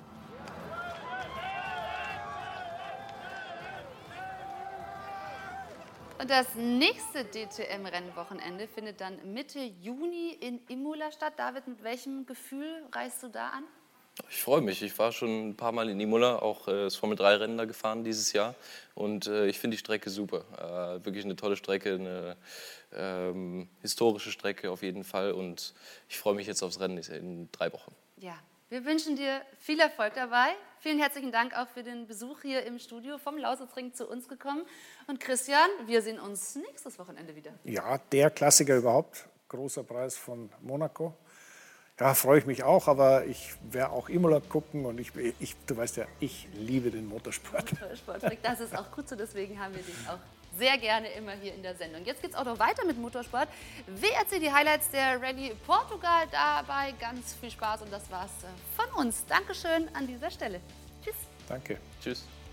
Und das nächste D T M-Rennwochenende findet dann Mitte Juni in Imola statt. David, mit welchem Gefühl reist du da an? Ich freue mich. Ich war schon ein paar Mal in Imola, auch äh, das Formel drei Rennen da gefahren dieses Jahr. Und äh, ich finde die Strecke super. Äh, wirklich eine tolle Strecke, eine ähm, historische Strecke auf jeden Fall. Und ich freue mich jetzt aufs Rennen in drei Wochen. Ja, wir wünschen dir viel Erfolg dabei. Vielen herzlichen Dank auch für den Besuch hier im Studio, vom Lausitzring zu uns gekommen. Und Christian, wir sehen uns nächstes Wochenende wieder. Ja, der Klassiker überhaupt. Großer Preis von Monaco. Ja, freue ich mich auch, aber ich werde auch Imola gucken und ich, ich, du weißt ja, ich liebe den Motorsport. Motorsport, das ist auch gut so, deswegen haben wir dich auch sehr gerne immer hier in der Sendung. Jetzt geht es auch noch weiter mit Motorsport. W R C, die Highlights der Rallye Portugal, dabei ganz viel Spaß und das war's von uns. Dankeschön an dieser Stelle. Tschüss. Danke. Tschüss.